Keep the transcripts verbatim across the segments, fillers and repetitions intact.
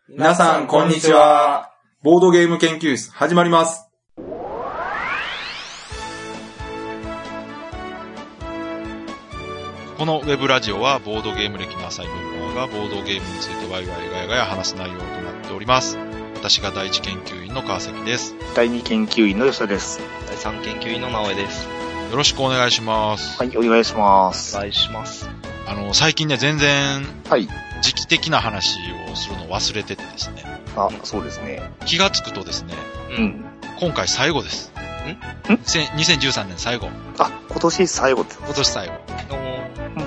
皆さん、こんにちは。ボードゲーム研究室、始まります。 このウェブラジオは、ボードゲーム歴の浅い文法が、ボードゲームについてワイワイガヤガヤ話す内容となっております。私が第一研究員の川崎です。 第二研究員の吉田です。 第三研究員の直江です。 よろしくお願いします。 はい、お願いします。 お願いします。 あの、最近ね、全然、 はい。 時期的な話をするのを忘れててですね。 あ、そうですね。 気がつくとですね、 うん。 今回最後です。 んん ?にせんじゅうさんねん最後。 あ、今年最後って今年最後。 うんうん。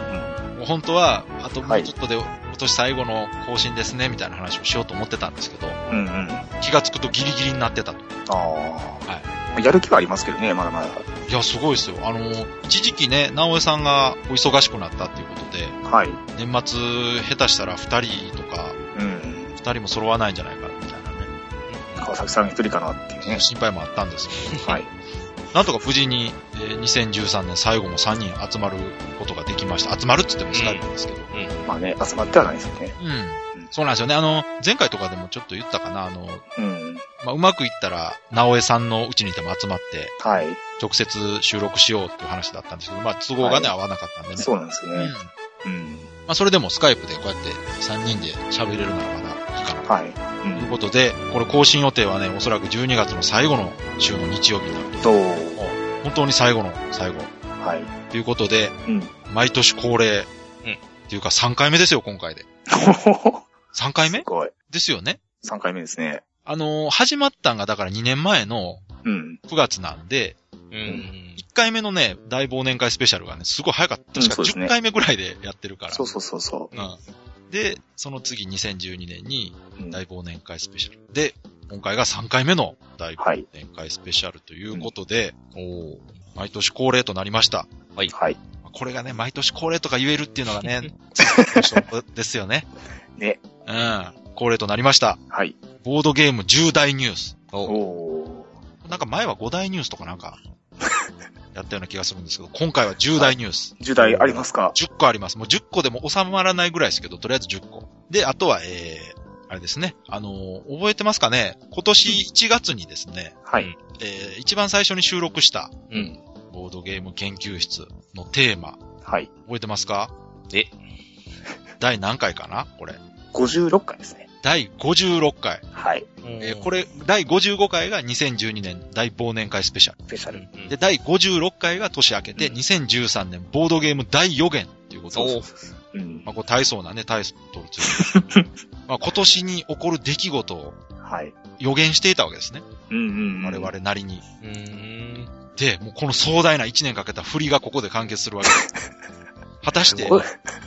もう本当は、あともうちょっとで、今年最後の更新ですね、みたいな話をしようと思ってたんですけど、 うんうん。 気がつくとギリギリになってたと。 ああ。はい。やる気はありますけどね、まだまだ。 いや、すごいですよ。あの、一時期ね、直江さんがお忙しくなったっていうことで、 はい。 年末、下手したら二人とか、 うん。 二人も揃わないんじゃないか、みたいなね。 川崎さん一人かなっていうね。 心配もあったんですけど、 はい。 なんとか無事に、えー、にせんじゅうさんねん最後もさんにん集まることができました。集まるって言ってもスカイプですけど。 うんうん、 まあね、集まってはないですよね。 うん。うん、そうなんですよね。あの、前回とかでもちょっと言ったかな、あの、 うん。 まあ、うまくいったら、直江さんのうちにでも集まって、 はい。 直接収録しようっていう話だったんですけど、まあ、都合がね、はい、合わなかったんでね。 そうなんですよね。 うん。うん。まあ、それでもスカイプでこうやってさんにんで喋れるならまだいいかな。 はい。 ということで、これ更新予定はね、おそらくじゅうにがつの最後の週の日曜日になると。本当に最後の最後。 はい。 ということで、 うん、 毎年恒例。うん。っていうかさんかいめですよ、今回で。さんかいめ？ すごい。 ですよね。 さんかいめですね。 あのー、始まったんがだからにねんまえのくがつなんで、 うん。いっかいめのね、大忘年会スペシャルがね、すごい早かった。確かじゅっかいめぐらいでやってるから。 そうそうそうそう。 うん。で、その次にせんじゅうにねんに大忘年会スペシャル。うん、で、今回がさんかいめの大忘年会スペシャルということで、はい、お毎年恒例となりました。 はい。はい。 これがね、毎年恒例とか言えるっていうのがね、ですよね。 ね。 うん。恒例となりました。 はい。 ボードゲームじゅう大ニュース。 おー。なんか前はご大ニュースとかなんか、やったような気がするんですけど、今回はじゅう大ニュース。 じゅう大ありますか？ じゅっこあります。もうじゅっこでも収まらないぐらいですけど、とりあえずじゅっこ。で、あとは、えー、あれですね。あのー、覚えてますかね？今年いちがつにですね。 はい。 えー、一番最初に収録した、 うん。 ボードゲーム研究室のテーマ。 はい。 覚えてますか？ え第何回かなこれ。 ごじゅうろっかいですね。 第ごじゅうろっかい。 はい。 えー、これ、第ごじゅうごかいがにせんじゅうにねん大忘年会スペシャル。 スペシャル。 で、第ごじゅうろっかいが年明けて、うん、にせんじゅうさんねんボードゲーム大予言っていうことです。うん。まあ、これ大層なね、タイトルついてまあ今年に起こる出来事を、はい。予言していたわけですね。 うんうん、うん。 我々なりに。 うーん。 で、もうこの壮大ないちねんかけた振りがここで完結するわけです。果たして、我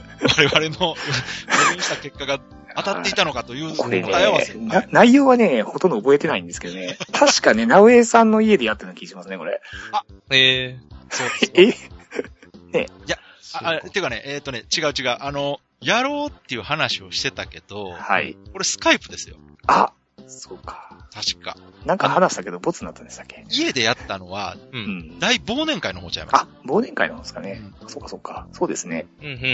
々の予言した結果が当たっていたのかという答え合わせ、 ね。内容はね、ほとんど覚えてないんですけどね。確かね、直江さんの家でやったような気がしますね、これ。 あ、ええー。そうです。 えね。 いや、あ、あていうかね、えっ、ー、とね、違う違う。あの、やろうっていう話をしてたけど、 はい。 これスカイプですよ。 あ、そうか。 確か。 なんか話したけど、ボツになったんでしたっけ？ 家でやったのは、うん。大忘年会の方ちゃいます。 あ、忘年会の方ですかね。うん、そうかそうか。そうですね。 うん、うん、うん、うん。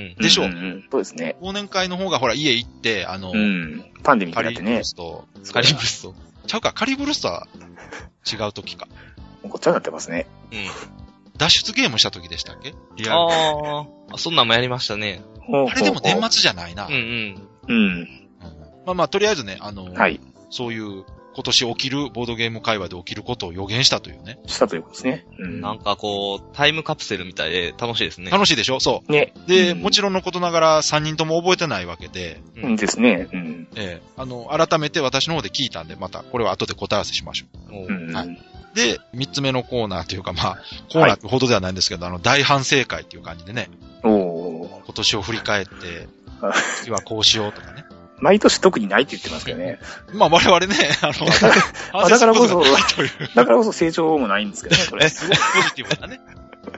でしょう、 うんうん。そうですね。 忘年会の方がほら、家行って、あの、 うん。パンデミックやってね。 カリブルスト。カリブルスト。ちゃうか、カリブルストは違う時か。 ごっちゃになってますね。 うん。 脱出ゲームした時でしたっけ？ リアル。ああ、そんなんもやりましたね。 あれでも年末じゃないな。 うんうん。 うん。 まあまあ、とりあえずね、あの、 はい。 そういう、今年起きる、ボードゲーム界隈で起きることを予言したというね。 したということですね。 うん。なんかこう、タイムカプセルみたいで楽しいですね。 楽しいでしょ？そう。 ね。 で、うん、もちろんのことながらさんにんとも覚えてないわけで。 うんですね。うん。 ええー、あの、改めて私の方で聞いたんで、また、これは後で答え合わせしましょう。うん。 はい。で、三つ目のコーナーというか、まあ、コーナーってほどではないんですけど、はい、あの、大反省会っていう感じでね。 お今年を振り返って、次はこうしようとかね。 毎年特にないって言ってますけどね。 まあ我々ね、あの、 あだからこそ、だからこそ成長もないんですけどね、これ。 すごいポジティブだね。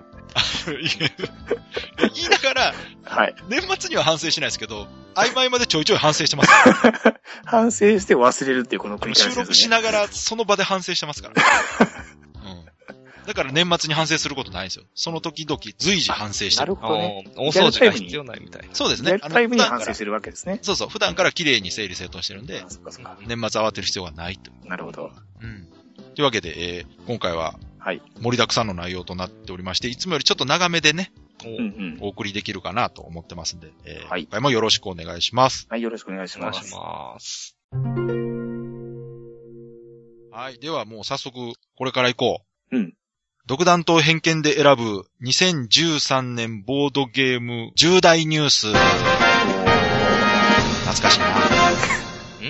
言いながら、はい。年末には反省しないですけど、曖昧までちょいちょい反省してます。 反省して忘れるっていうこの繰り返しですね。 収録しながらその場で反省してますから。うん。 だから年末に反省することないんですよ。その時々随時反省してる。 なるほどね。 大掃除が必要ないみたいな。 そうですね。 リアルタイムに反省してるわけですね。 そうそう。普段から綺麗に整理整頓してるんで、 そっかそっか年末慌てる必要がないと。 なるほど。 うん。というわけで、えー、今回は、 はい。 盛りだくさんの内容となっておりまして、いつもよりちょっと長めでね、 うんうん、 お送りできるかなと思ってますんで、えー、 はい。 今回もよろしくお願いします。 はい、よろしくお願いします。 お願いします。 はい。ではもう早速、これから行こう。うん。 独断と偏見で選ぶにせんじゅうさんねんボードゲーム重大ニュース。懐かしいな。ん ?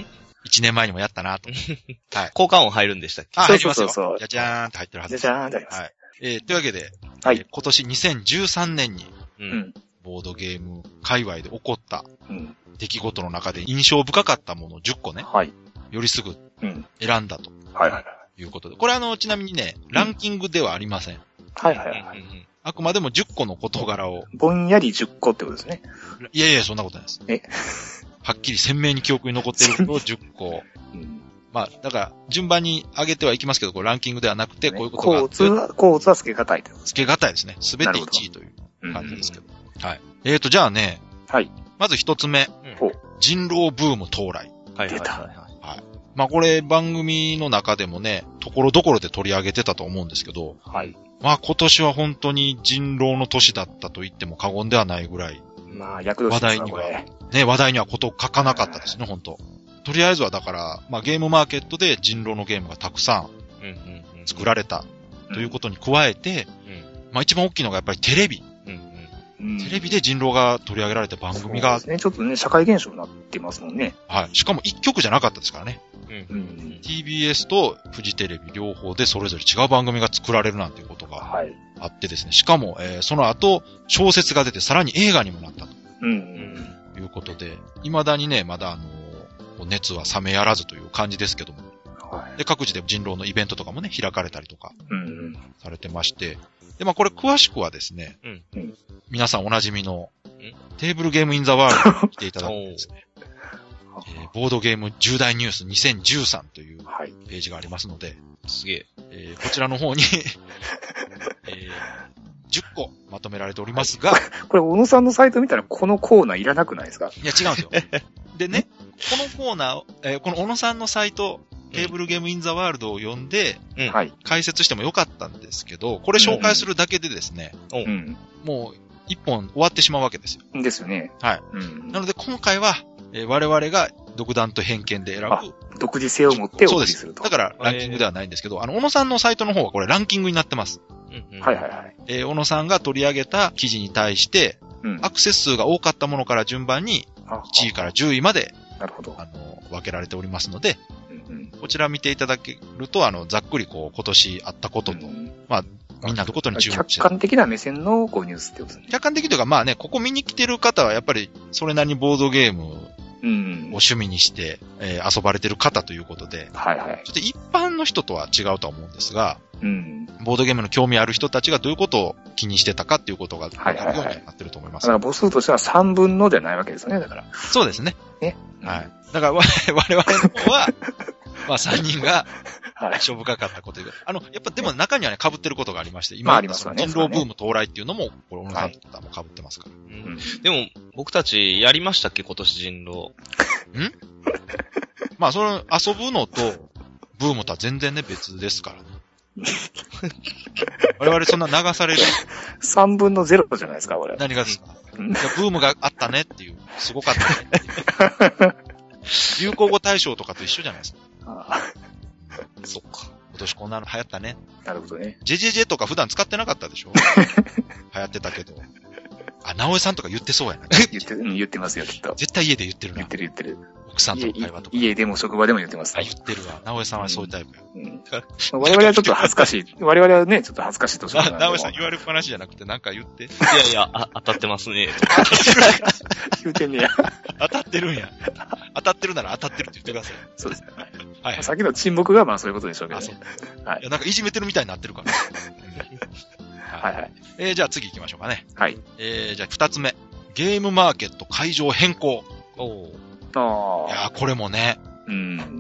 いち 年前にもやったなと。 はい。効果音入るんでしたっけ？ あ、入りますよ。 そうそうそう。 じゃじゃーんって入ってるはずです。 じゃじゃーんって入ります。 はい。えー、というわけで、 はい、 えー、今年にせんじゅうさんねんに、 うん。 ボードゲーム界隈で起こった、 うん。 出来事の中で印象深かったものをじゅっこね。 はい。 よりすぐ、 うん。 選んだと。 はいはいはい。 いうことで。これあの、ちなみにね、ランキングではありません。 はいはいはい。 あくまでもじゅっこの事柄を。 ぼんやりじゅっこってことですね。 いやいや、そんなことないです。 えはっきり鮮明に記憶に残っていることをじゅっこ。うん、まあ、だから、順番に上げてはいきますけど、これランキングではなくて、こういうことがあって。 コーツは、コーツは付けがたいってことですね。 付けがたいですね。すべていちいという感じですけど。うん、はい。えーと、じゃあね。 はい。 まず一つ目。 うん、 人狼ブーム到来。 はい出た。 はい。まあこれ番組の中でもね、ところどころで取り上げてたと思うんですけど。 はい。 まあ今年は本当に人狼の年だったと言っても過言ではないぐらい。 まあ、役年ですね。話題には、 ね、話題にはこと書かなかったですね、本当。とりあえずはだから、まあゲームマーケットで人狼のゲームがたくさん作られたということに加えて、うん、まあ一番大きいのがやっぱりテレビ。うん、テレビで人狼が取り上げられた番組が。 そうですね。ちょっとね、社会現象になってますもんね。 はい。しかも一局じゃなかったですからね。 うん、 ティービーエス とフジテレビ両方でそれぞれ違う番組が作られるなんていうことがあってですね。しかも、えー、その後、小説が出てさらに映画にもなったと。うん。いうことで、未だにね、まだあのー、熱は冷めやらずという感じですけども。はい。で、各地で人狼のイベントとかもね、開かれたりとか。うん。されてまして。で、まあこれ詳しくはですね。うん。皆さんおなじみの、テーブルゲームインザワールドに来ていただくんですね。えー、ボードゲーム重大ニュースにせんじゅうさんというページがありますので、 すげえ。 えー、こちらの方に、えー、じゅっこまとめられておりますが、 これ、小野さんのサイト見たらこのコーナーいらなくないですか？ いや、違うんですよ。でね、このコーナー、えー、この小野さんのサイト、テーブルゲームインザワールドを読んで、うん、解説してもよかったんですけど、これ紹介するだけでですね、うん、もう一本終わってしまうわけですよ。 ですよね。 はい。うん、なので今回は、えー、我々が独断と偏見で選ぶ。 独自性を持ってお送りすると。 そうです。だからランキングではないんですけど、あの、小野さんのサイトの方はこれランキングになってます。 うんうん、はいはいはい。 えー、小野さんが取り上げた記事に対して、うん、アクセス数が多かったものから順番に、いちいからじゅういまで、 なるほど。 あの、分けられておりますので、うんうん、こちら見ていただけると、あの、ざっくりこう、今年あったことと、うん、まあ、みんなのことに注目して。 客観的な目線のこうニュースってことですね。 客観的というか、まあね、ここ見に来てる方はやっぱり、それなりにボードゲームを趣味にして、えー、遊ばれてる方ということで、はいはい。ちょっと一般の人とは違うとは思うんですが、うん、ボードゲームの興味ある人たちがどういうことを気にしてたかっていうことが分かるようになってると思います。 だから母数としてはさんぶんのじゃないわけですよね、だから。 そうですね。 ね。 はい。だから我々の方は、まあさんにんが、印象深かったことで、あの、やっぱでも中にはね、被ってることがありまして、今、まあ、人狼ブーム到来っていうのも、これ、小野さんとかも被ってますから、はいうん。でも、僕たちやりましたっけ、今年人狼。 んまあ、その、遊ぶのと、ブームとは全然ね、別ですからね。我々そんな流される。 さんぶんのゼロじゃないですか、これ。 何がですか、うん、いやブームがあったねっていう、すごかったねっていう。流行語大賞とかと一緒じゃないですか。ああそっか。 今年こんなの流行ったね。 なるほどね。 ジェジェジェとか普段使ってなかったでしょ流行ってたけど。あ、直江さんとか言ってそうやな。 言って、言ってますよ、きっと。 絶対家で言ってるな。 言ってる言ってる。 奥さんとの会話とか。 家でも職場でも言ってます。 あ、言ってるわ。直江さんはそういうタイプや。うんうん、 我々はちょっと恥ずかしい。我々はね、ちょっと恥ずかしいとしかない。直江さん言われっぱなしじゃなくてなんか言って。いやいや、あ、当たってますね。 言うてんねや。 当たってるんや。当たってるなら当たってるって言ってください。 そうですね。 はい。 さっきの沈黙がまあそういうことでしょうけど、ね。 あ、そう。はい。いや、なんかいじめてるみたいになってるから。 はいはい。 えー、じゃあ次行きましょうかね。 はい。 えー、じゃあ二つ目。ゲームマーケット会場変更。 おー。ああ。いやー、これもね、 うん。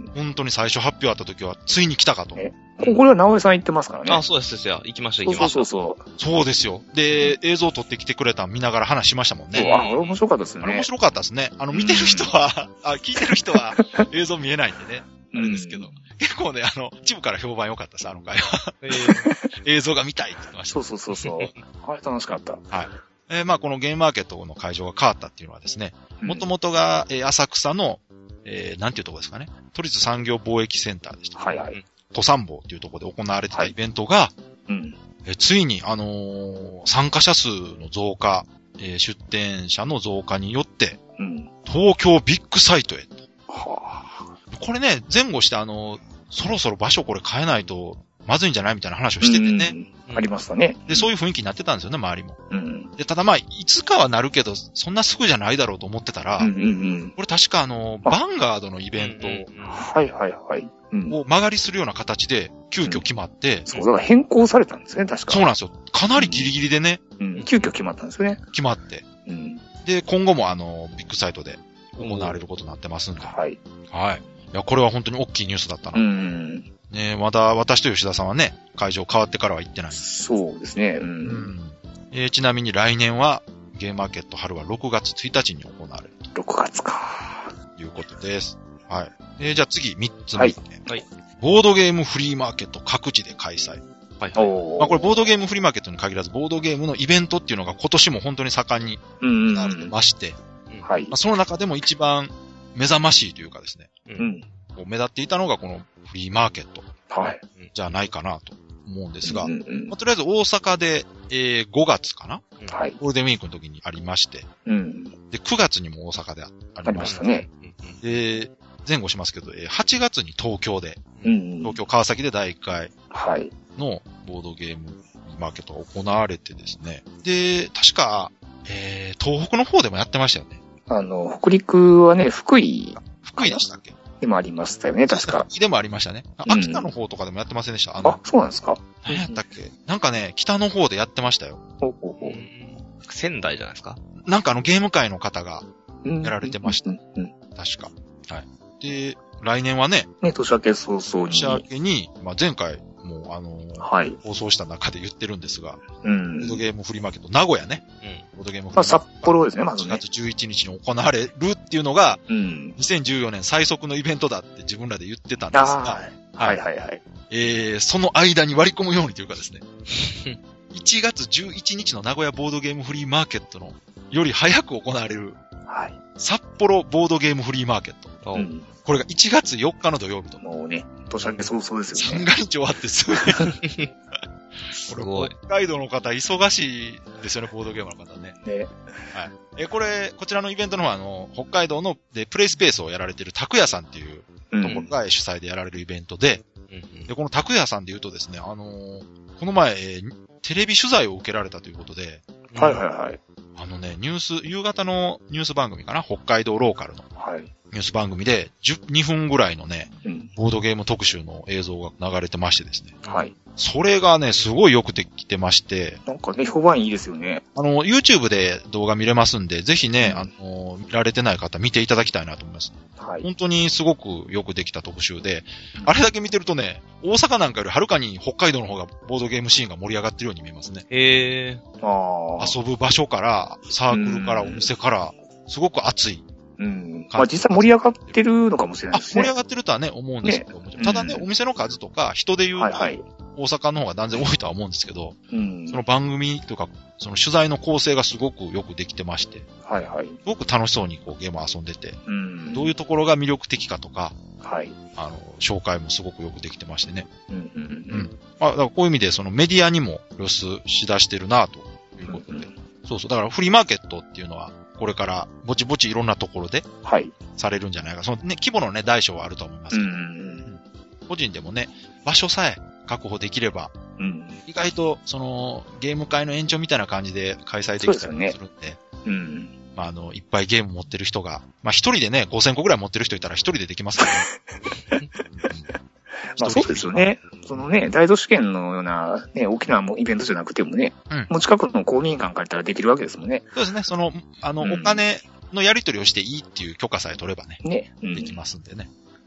本当に最初発表あった時は、ついに来たかと。 え、これは直江さん言ってますからね。 あ、そうですですよ。行きました、行きました。 そうそうそう。 そうですよ。で、映像撮ってきてくれたの見ながら話しましたもんね。 あ、あれ面白かったですね。 あれ面白かったですね。あの、見てる人は、あ、聞いてる人は映像見えないんでね。あれですけど。結構ね、あの、一部から評判良かったです、あの回は。えー、映像が見たいって言ってました。 そうそうそうそう。あれ楽しかった。 はい。えー、まあ、このゲームマーケットの会場が変わったっていうのはですね、もともとが、えー、浅草の、えー、なんていうとこですかね。都立産業貿易センターでした。 はいはい。 都産坊っていうところで行われてたイベントが、はい、うん、えー、ついに、あのー、参加者数の増加、えー、出店者の増加によって、うん、東京ビッグサイトへ。はあ、これね、前後してあのー、そろそろ場所これ変えないとまずいんじゃないみたいな話をしててね。 うん、ありましたね。 で、そういう雰囲気になってたんですよね、周りも。 うん、 で、ただまあ、いつかはなるけど、そんなすぐじゃないだろうと思ってたら、うんうんうん、これ確かあの、バンガードのイベントはいはいはい。 を間借りするような形で、急遽決まって、うん、 そう、だから変更されたんですね、確か。 そうなんですよ。かなりギリギリでね。 うん、急遽決まったんですよね。 決まって。うん、で、今後もあの、ビッグサイトで行われることになってますんで。 はい。 はい。いや、これは本当に大きいニュースだったな。 うん。 ね、まだ私と吉田さんはね、会場変わってからは行ってない。 そうですね。うん。うん、 えー、ちなみに来年は、ゲームマーケット春はろくがつついたちに行われると。 ろくがつか。 ということです。はい。えー、じゃあ次、みっつめ、ね。 はい。 ボードゲームフリーマーケット各地で開催。はい。まあこれボードゲームフリーマーケットに限らず、ボードゲームのイベントっていうのが今年も本当に盛んになってまして。 うん、はい。 まあ、その中でも一番目覚ましいというかですね。 うん。 こう目立っていたのがこのフリーマーケット。 はい。 じゃないかなと思うんですが、 うんうんまあ、とりあえず大阪で、えー、ごがつかな、 はい。 ゴールデンウィークの時にありまして、 うん。 で、くがつにも大阪でありました。 ありましたね。 で、前後しますけど、はちがつに東京で、 うん、 東京川崎でだいいっかいはいのボードゲームマーケットが行われてですね、で、確か、えー、東北の方でもやってましたよね。 あの、北陸はね、福井。 福井でしたっけでもありましたよね、確か。 でもありましたね。秋田の方とかでもやってませんでした、 うん、ああ、そうなんですか。 何やったっけ、なんかね、北の方でやってましたよ。 ほうほうほう。 仙台じゃないですか。 なんかあのゲーム界の方がやられてました。うんうんうん、確か。はい。で、来年はね。 ね、年明け早々に。 年明けに、まあ、前回もうあのー、 はい。 放送した中で言ってるんですが、 うん。 ボードゲームフリーマーケット、名古屋ね。 うん。 ボードゲームフリーマーケット。 まあ、札幌ですね、まずね。 しがつじゅういちにちに行われるっていうのが、 うん。 にせんじゅうよねん最速のイベントだって自分らで言ってたんですが、 はい、はいはいはい。 えー、その間に割り込むようにというかですね、いちがつじゅういちにちの名古屋ボードゲームフリーマーケットのより早く行われる、 はい。 札幌ボードゲームフリーマーケット。 うん。 これがいちがつよっかの土曜日と。 もうね、年明け早々ですよね。 三が日終わってすぐ。 すごい。 北海道の方忙しいですよね、ボードゲームの方ね。 ね。 はい。え、これ、こちらのイベントの方は、あの、北海道のでプレイスペースをやられている拓也さんっていうところが主催でやられるイベントで、うん、で、この拓也さんで言うとですね、あのー、この前、えー、テレビ取材を受けられたということで、 はいはいはい。 あのね、ニュース、夕方のニュース番組かな、北海道ローカルの。 はい。 ニュース番組で、じゅうにふんぐらいのね、 うん、 ボードゲーム特集の映像が流れてましてですね。 はい。 それがね、すごいよくできてまして。 なんかね、評判いいですよね。 あの、YouTube で動画見れますんで、ぜひね、うん、あの、見られてない方見ていただきたいなと思います。 はい。 本当にすごくよくできた特集で、うん、あれだけ見てるとね、大阪なんかよりはるかに北海道の方がボードゲームシーンが盛り上がってるように見えますね。 へー。あ遊ぶ場所から、サークルからお店から、すごく熱い。 うん。まあ実際盛り上がってるのかもしれないですね。 盛り上がってるとはね、思うんですけど、ね、ただね、うん、お店の数とか人で言うと、はいはい、大阪の方が断然多いとは思うんですけど、 うん、 その番組というか、その取材の構成がすごくよくできてまして、 はいはい。すごく楽しそうにこうゲームを遊んでて、 うん、 どういうところが魅力的かとか、 はい。 あの、紹介もすごくよくできてましてね。 うんうんうん。うん。 まあ、だからこういう意味でそのメディアにも露出しだしてるなということで、うんうん、そうそう。だからフリーマーケットっていうのは、これからぼちぼちいろんなところで、 はい。 されるんじゃないか。そのね、規模のね、大小はあると思いますけど、 うんうん、 個人でもね、場所さえ確保できれば、 うん、 意外と、その、ゲーム会の延長みたいな感じで開催できたりもするんで、 ね、うん。 まあ、あの、いっぱいゲーム持ってる人が、まあ、一人でね、ごせんこぐらい持ってる人いたら一人でできますからね。 まあそうですよね。そのね、大都市圏のようなね、大きなイベントじゃなくてもね、うん、もう近くの公民館借りたらできるわけですもんね。 そうですね。その、あの、うん、お金のやり取りをしていいっていう許可さえ取ればね、 ね、うん、 できますんでね。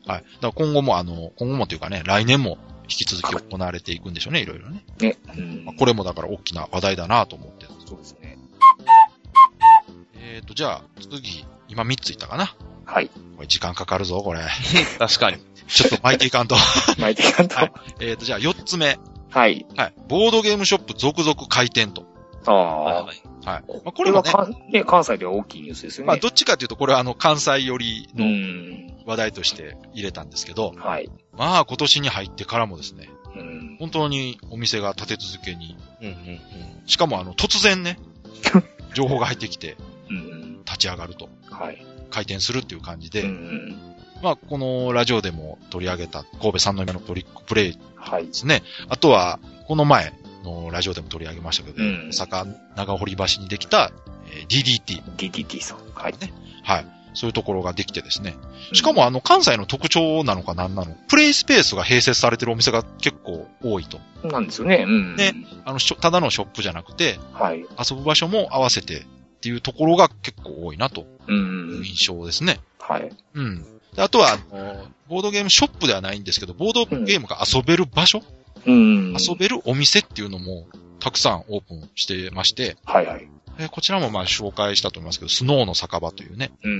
はい。だから今後もあの、今後もというかね、来年も引き続き行われていくんでしょうね、いろいろね。 ね。うん、 まあ、これもだから大きな話題だなと思ってる。 そうですね。 えーと、じゃあ、次、今みっついったかな。 はい。 これ時間かかるぞ、これ。 確かに。 ちょっと巻いていかんと。 巻いていかんと。はい、 えーと、じゃあよっつめ。 はい。 はい。ボードゲームショップ続々開店と。 ああ。はい。 はい。まあ、これはね。 これはね、関西では大きいニュースですよね。 まあ、どっちかというと、これはあの、関西寄りの話題として入れたんですけど。 はい。 まあ、今年に入ってからもですね。 うん、 本当にお店が立て続けに。 うんうんうん、 しかもあの、突然ね、情報が入ってきて、 うん、 立ち上がると。 はい。 開店するっていう感じで。 うん、 まあ、このラジオでも取り上げた神戸三宮のトリックプレイですね。 はい、 あとは、この前のラジオでも取り上げましたけど、 うん、 大阪長堀橋にできた、えー、ディーディーティー。 ディーディーティー さん。はい。 ね。はい。そういうところができてですね。しかもあの、関西の特徴なのかなんなの、プレイスペースが併設されてるお店が結構多いと。 なんですよね。うん。 で、あの、ただのショップじゃなくて、 はい。 遊ぶ場所も合わせてっていうところが結構多いなと。 うん。 印象ですね。 はい。 うん。であとは、あの、ボードゲームショップではないんですけど、ボードゲームが遊べる場所、 うん、 遊べるお店っていうのもたくさんオープンしてまして、 はいはい。 えー、こちらもまあ紹介したと思いますけど、スノーの酒場というね、 うん、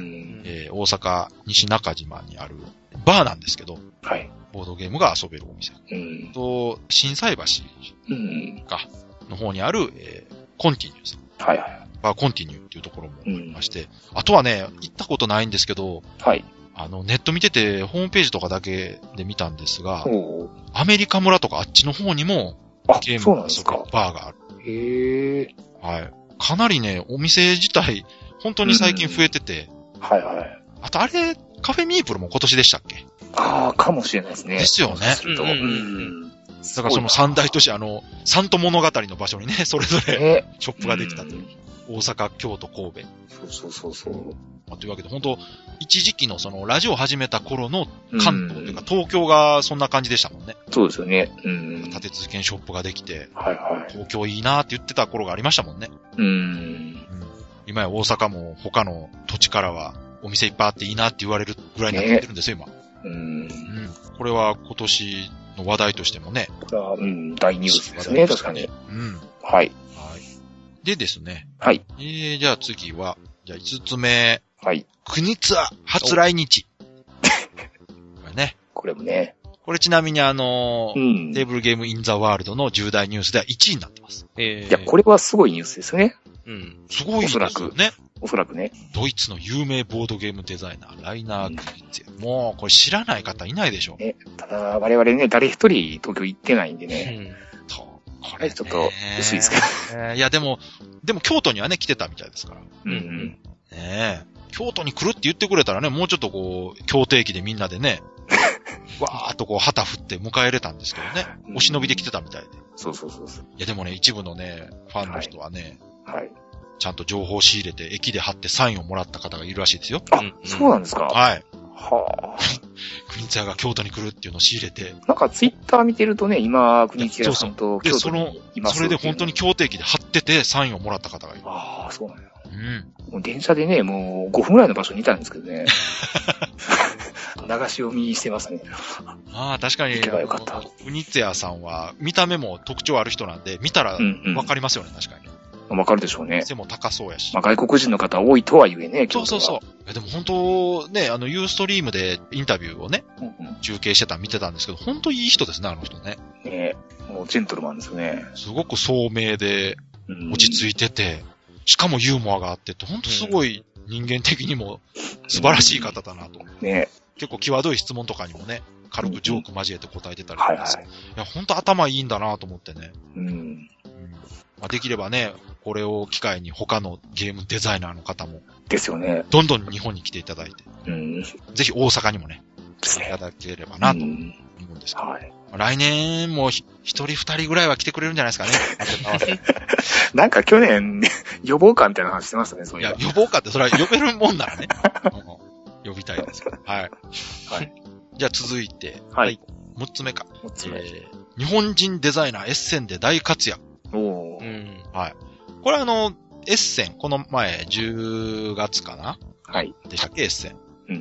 えー、大阪西中島にあるバーなんですけど、 はい。 ボードゲームが遊べるお店。 うん、 と、心斎橋か、の方にある、えー、コンティニューさん。 はいはい。 バーコンティニューっていうところもありまして、うん、あとはね、行ったことないんですけど、 はい。 あの、ネット見てて、ホームページとかだけで見たんですが、 おアメリカ村とかあっちの方にも、ゲームが遊べるバーがある。 へえ。 はい。かなりね、お店自体、本当に最近増えてて、 うん、はいはい。 あとあれ、カフェミープルも今年でしたっけ？ ああ、かもしれないですね。 ですよね。 うんうんうん、 だからその三大都市、あの、サント物語の場所にね、それぞれショップができたという。大阪、京都、神戸。 そうそうそうそう。 まあ、というわけで、本当一時期のその、ラジオを始めた頃の関東というか、東京がそんな感じでしたもんね。 そうですよね。うん。 立て続けにショップができて、 はいはい。 東京いいなーって言ってた頃がありましたもんね。 うん。うんうん、今や大阪も他の土地からはお店いっぱいあっていいなって言われるぐらいになってるんですよ、ね、今。うん。うん。これは今年の話題としてもね。 これは、うん、大ニュースですね、確かに。 うん。 はい。 でですね。 はい。 えー、じゃあ次は、じゃあ五つ目。 はい。 国ツアー初来日。これね。 これもね。 これちなみにあのーうん、 テーブルゲームインザワールドの重大ニュースではいちいになってます。 えー、いや、これはすごいニュースですね。 うん。すごいですよね。おそらく。ね。 おそらくね。 ドイツの有名ボードゲームデザイナー、ライナー・グリッツェ。もう、これ知らない方いないでしょ。 ね。ただ、我々ね、誰一人東京行ってないんでね。 うん。そう。これ、ね、 ちょっと薄いですけど。 えー、いや、でも、でも京都にはね、来てたみたいですから。 うんうん。 ねえ。京都に来るって言ってくれたらね、もうちょっとこう、京定期でみんなでね、わーっとこう、旗振って迎え入れたんですけどね。お忍びで来てたみたいで。 そうそうそうそう。 いや、でもね、一部のね、ファンの人はね、 はい。はい、 ちゃんと情報を仕入れて、駅で貼ってサインをもらった方がいるらしいですよ。 あ、うん、そうなんですか？ はい。 はぁ。国津屋が京都に来るっていうのを仕入れて。 なんかツイッター見てるとね、今、国津屋さんと京都にいます。 それで本当に京都駅で貼ってて、サインをもらった方がいる。 ああ、そうなんや。 うん。 もう電車でね、もうごふんぐらいの場所にいたんですけどね。流し読みしてますね。 ああ、確かに。 行けばよかった。 国津屋さんは、見た目も特徴ある人なんで、見たらわかりますよね、うんうん、確かに。 わかるでしょうね。 背も高そうやし。 まあ、外国人の方多いとは言えね、 そうそうそう。でも本当、ね、あの、ユーストリームでインタビューをね、うんうん、中継してた見てたんですけど、本当いい人ですね、あの人ね。 ねもうジェントルマンですね。 すごく聡明で、落ち着いてて、うん、しかもユーモアがあってって、本当すごい人間的にも素晴らしい方だなと。 うん、ね結構際どい質問とかにもね、軽くジョーク交えて答えてたりとか、うんはいはい。いや、本当頭いいんだなと思ってね。 うん。うんまあ、できればね、これを機会に他のゲームデザイナーの方も。 ですよね。 どんどん日本に来ていただいて。 うん。 ぜひ大阪にもね、来ていただければなと思うんですけど。うん、はい。来年も一人二人ぐらいは来てくれるんじゃないですかね。 なんか去年、予防感みたいな話してましたね、そういう。 いや、予防感ってそれは呼べるもんならね。呼びたいですけど。はい。はい。じゃあ続いて。 はい。 むっつめか。 むっつめ。 えー、日本人デザイナーエッセンで大活躍。 おー。 うん。はい。これあの、エッセン、この前、じゅうがつかなはい。 でしたっけ、エッセン。 うんうん。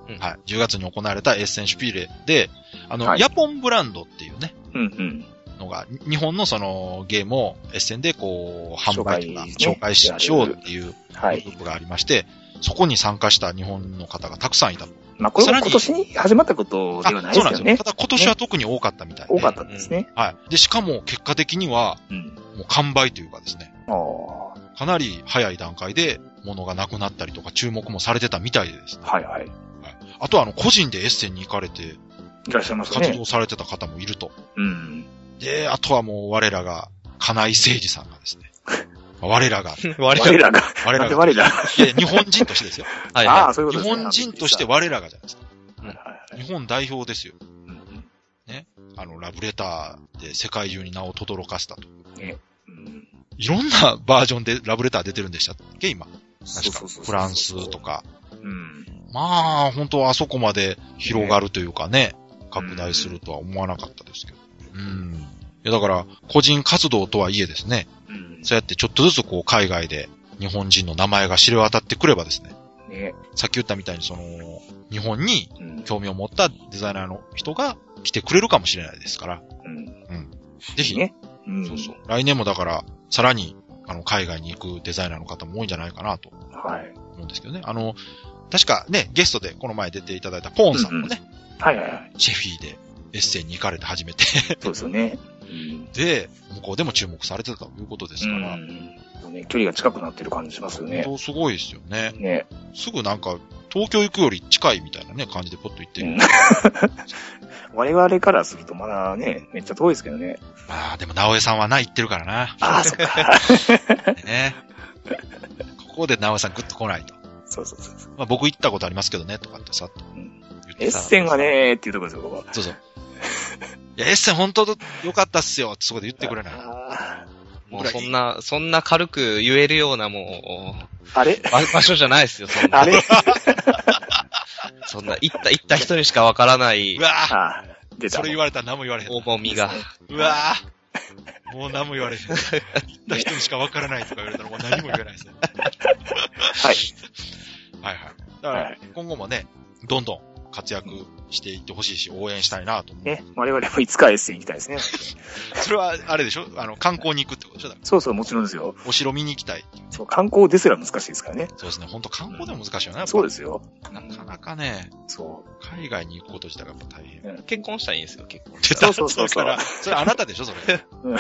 うん、はい。じゅうがつに行われたエッセンシュピーレで、あの、はい、ヤポンブランドっていうね、うんうん、のが、日本のそのゲームをエッセンでこう、販売とか、紹介しようっていうグループがありまして、はい、そこに参加した日本の方がたくさんいた。 まあ、これも今年に始まったことではないですよね。そうなんですよ。 ただ今年は特に多かったみたいで、 ね。多かったんですね、 うん。はい。で、しかも結果的には、うん、もう完売というかですね。あかなり早い段階で物がなくなったりとか注目もされてたみたいでですね。 はいはい。はい、 あとはあの、個人でエッセンに行かれて、 いらっしゃいますね。 活動されてた方もいると。うん。で、あとはもう我らが、金井誠二さんがですね。我らが。 我らが。 我らが。 我らが。 いや、日本人としてですよ。 はい、はい。ああ、そういうことですね。日本人として我らがじゃないですか。うんはいはい、日本代表ですよ。うん、ね。あの、ラブレターで世界中に名を轟かせたと。ねうん、いろんなバージョンでラブレター出てるんでしたっけ今。確か。フランスとか。うん、まあ、本当はあそこまで広がるというかね、拡大するとは思わなかったですけど。うん。いや、だから、個人活動とはいえですね。うん、そうやってちょっとずつこう、海外で日本人の名前が知れ渡ってくればですね。ねさっき言ったみたいにその、日本に興味を持ったデザイナーの人が来てくれるかもしれないですから。うん。うん。ぜひ、ねうん、そうそう。来年もだから、さらに、あの、海外に行くデザイナーの方も多いんじゃないかなと。はい。思うんですけどね。あの、確かね、ゲストでこの前出ていただいたポーンさんもね。うんうん、はいはいはい。シェフィーでエッセンに行かれて初めて。 そうですよね。 うん、で、向こうでも注目されてたということですから。うんね、距離が近くなってる感じしますよね。 本当すごいですよね。ね。すぐなんか、東京行くより近いみたいなね、感じでポッと行ってる。うん、 我々からするとまだね、めっちゃ遠いですけどね。 まあ、でも直江さんはな、行ってるからな。 ああ、そっか。 ね。ここで直江さんグッと来ないと。 そうそうそう。 まあ僕行ったことありますけどね、とかってさっと言ってさ。エッセンはねーっていうところですよ、ここは。 そうそう。いや、エッセン本当良かったっすよってそこで言ってくれない。 もうそんな、そんな軽く言えるようなもう、 あれ場所じゃないですよ、そんな。 あれそんな、行った、行った人にしかわからない。 うわぁ出たそれ言われたら何も言われへん。 重みが。 うわぁもう何も言われへん。行った人にしかわからないとか言われたらもう何も言えないですね。 はい。 はいはい。だから、今後もね、どんどん活躍していってほしいし、応援したいなと思う。 ね、我々もいつかエッセン行きたいですね。 それは、あれでしょあの、観光に行くってことでしょだからそうそう、もちろんですよ。 お城見に行きたい。 そう、観光ですら難しいですからね。 そうですね。本当観光でも難しいよね。 そうですよ。 なかなかね、 そう。 海外に行くこと自体がやっぱ大変。 うん、結婚したらいいんですよ、結婚。 そうそうそうそう。 だから、それあなたでしょそれ。うん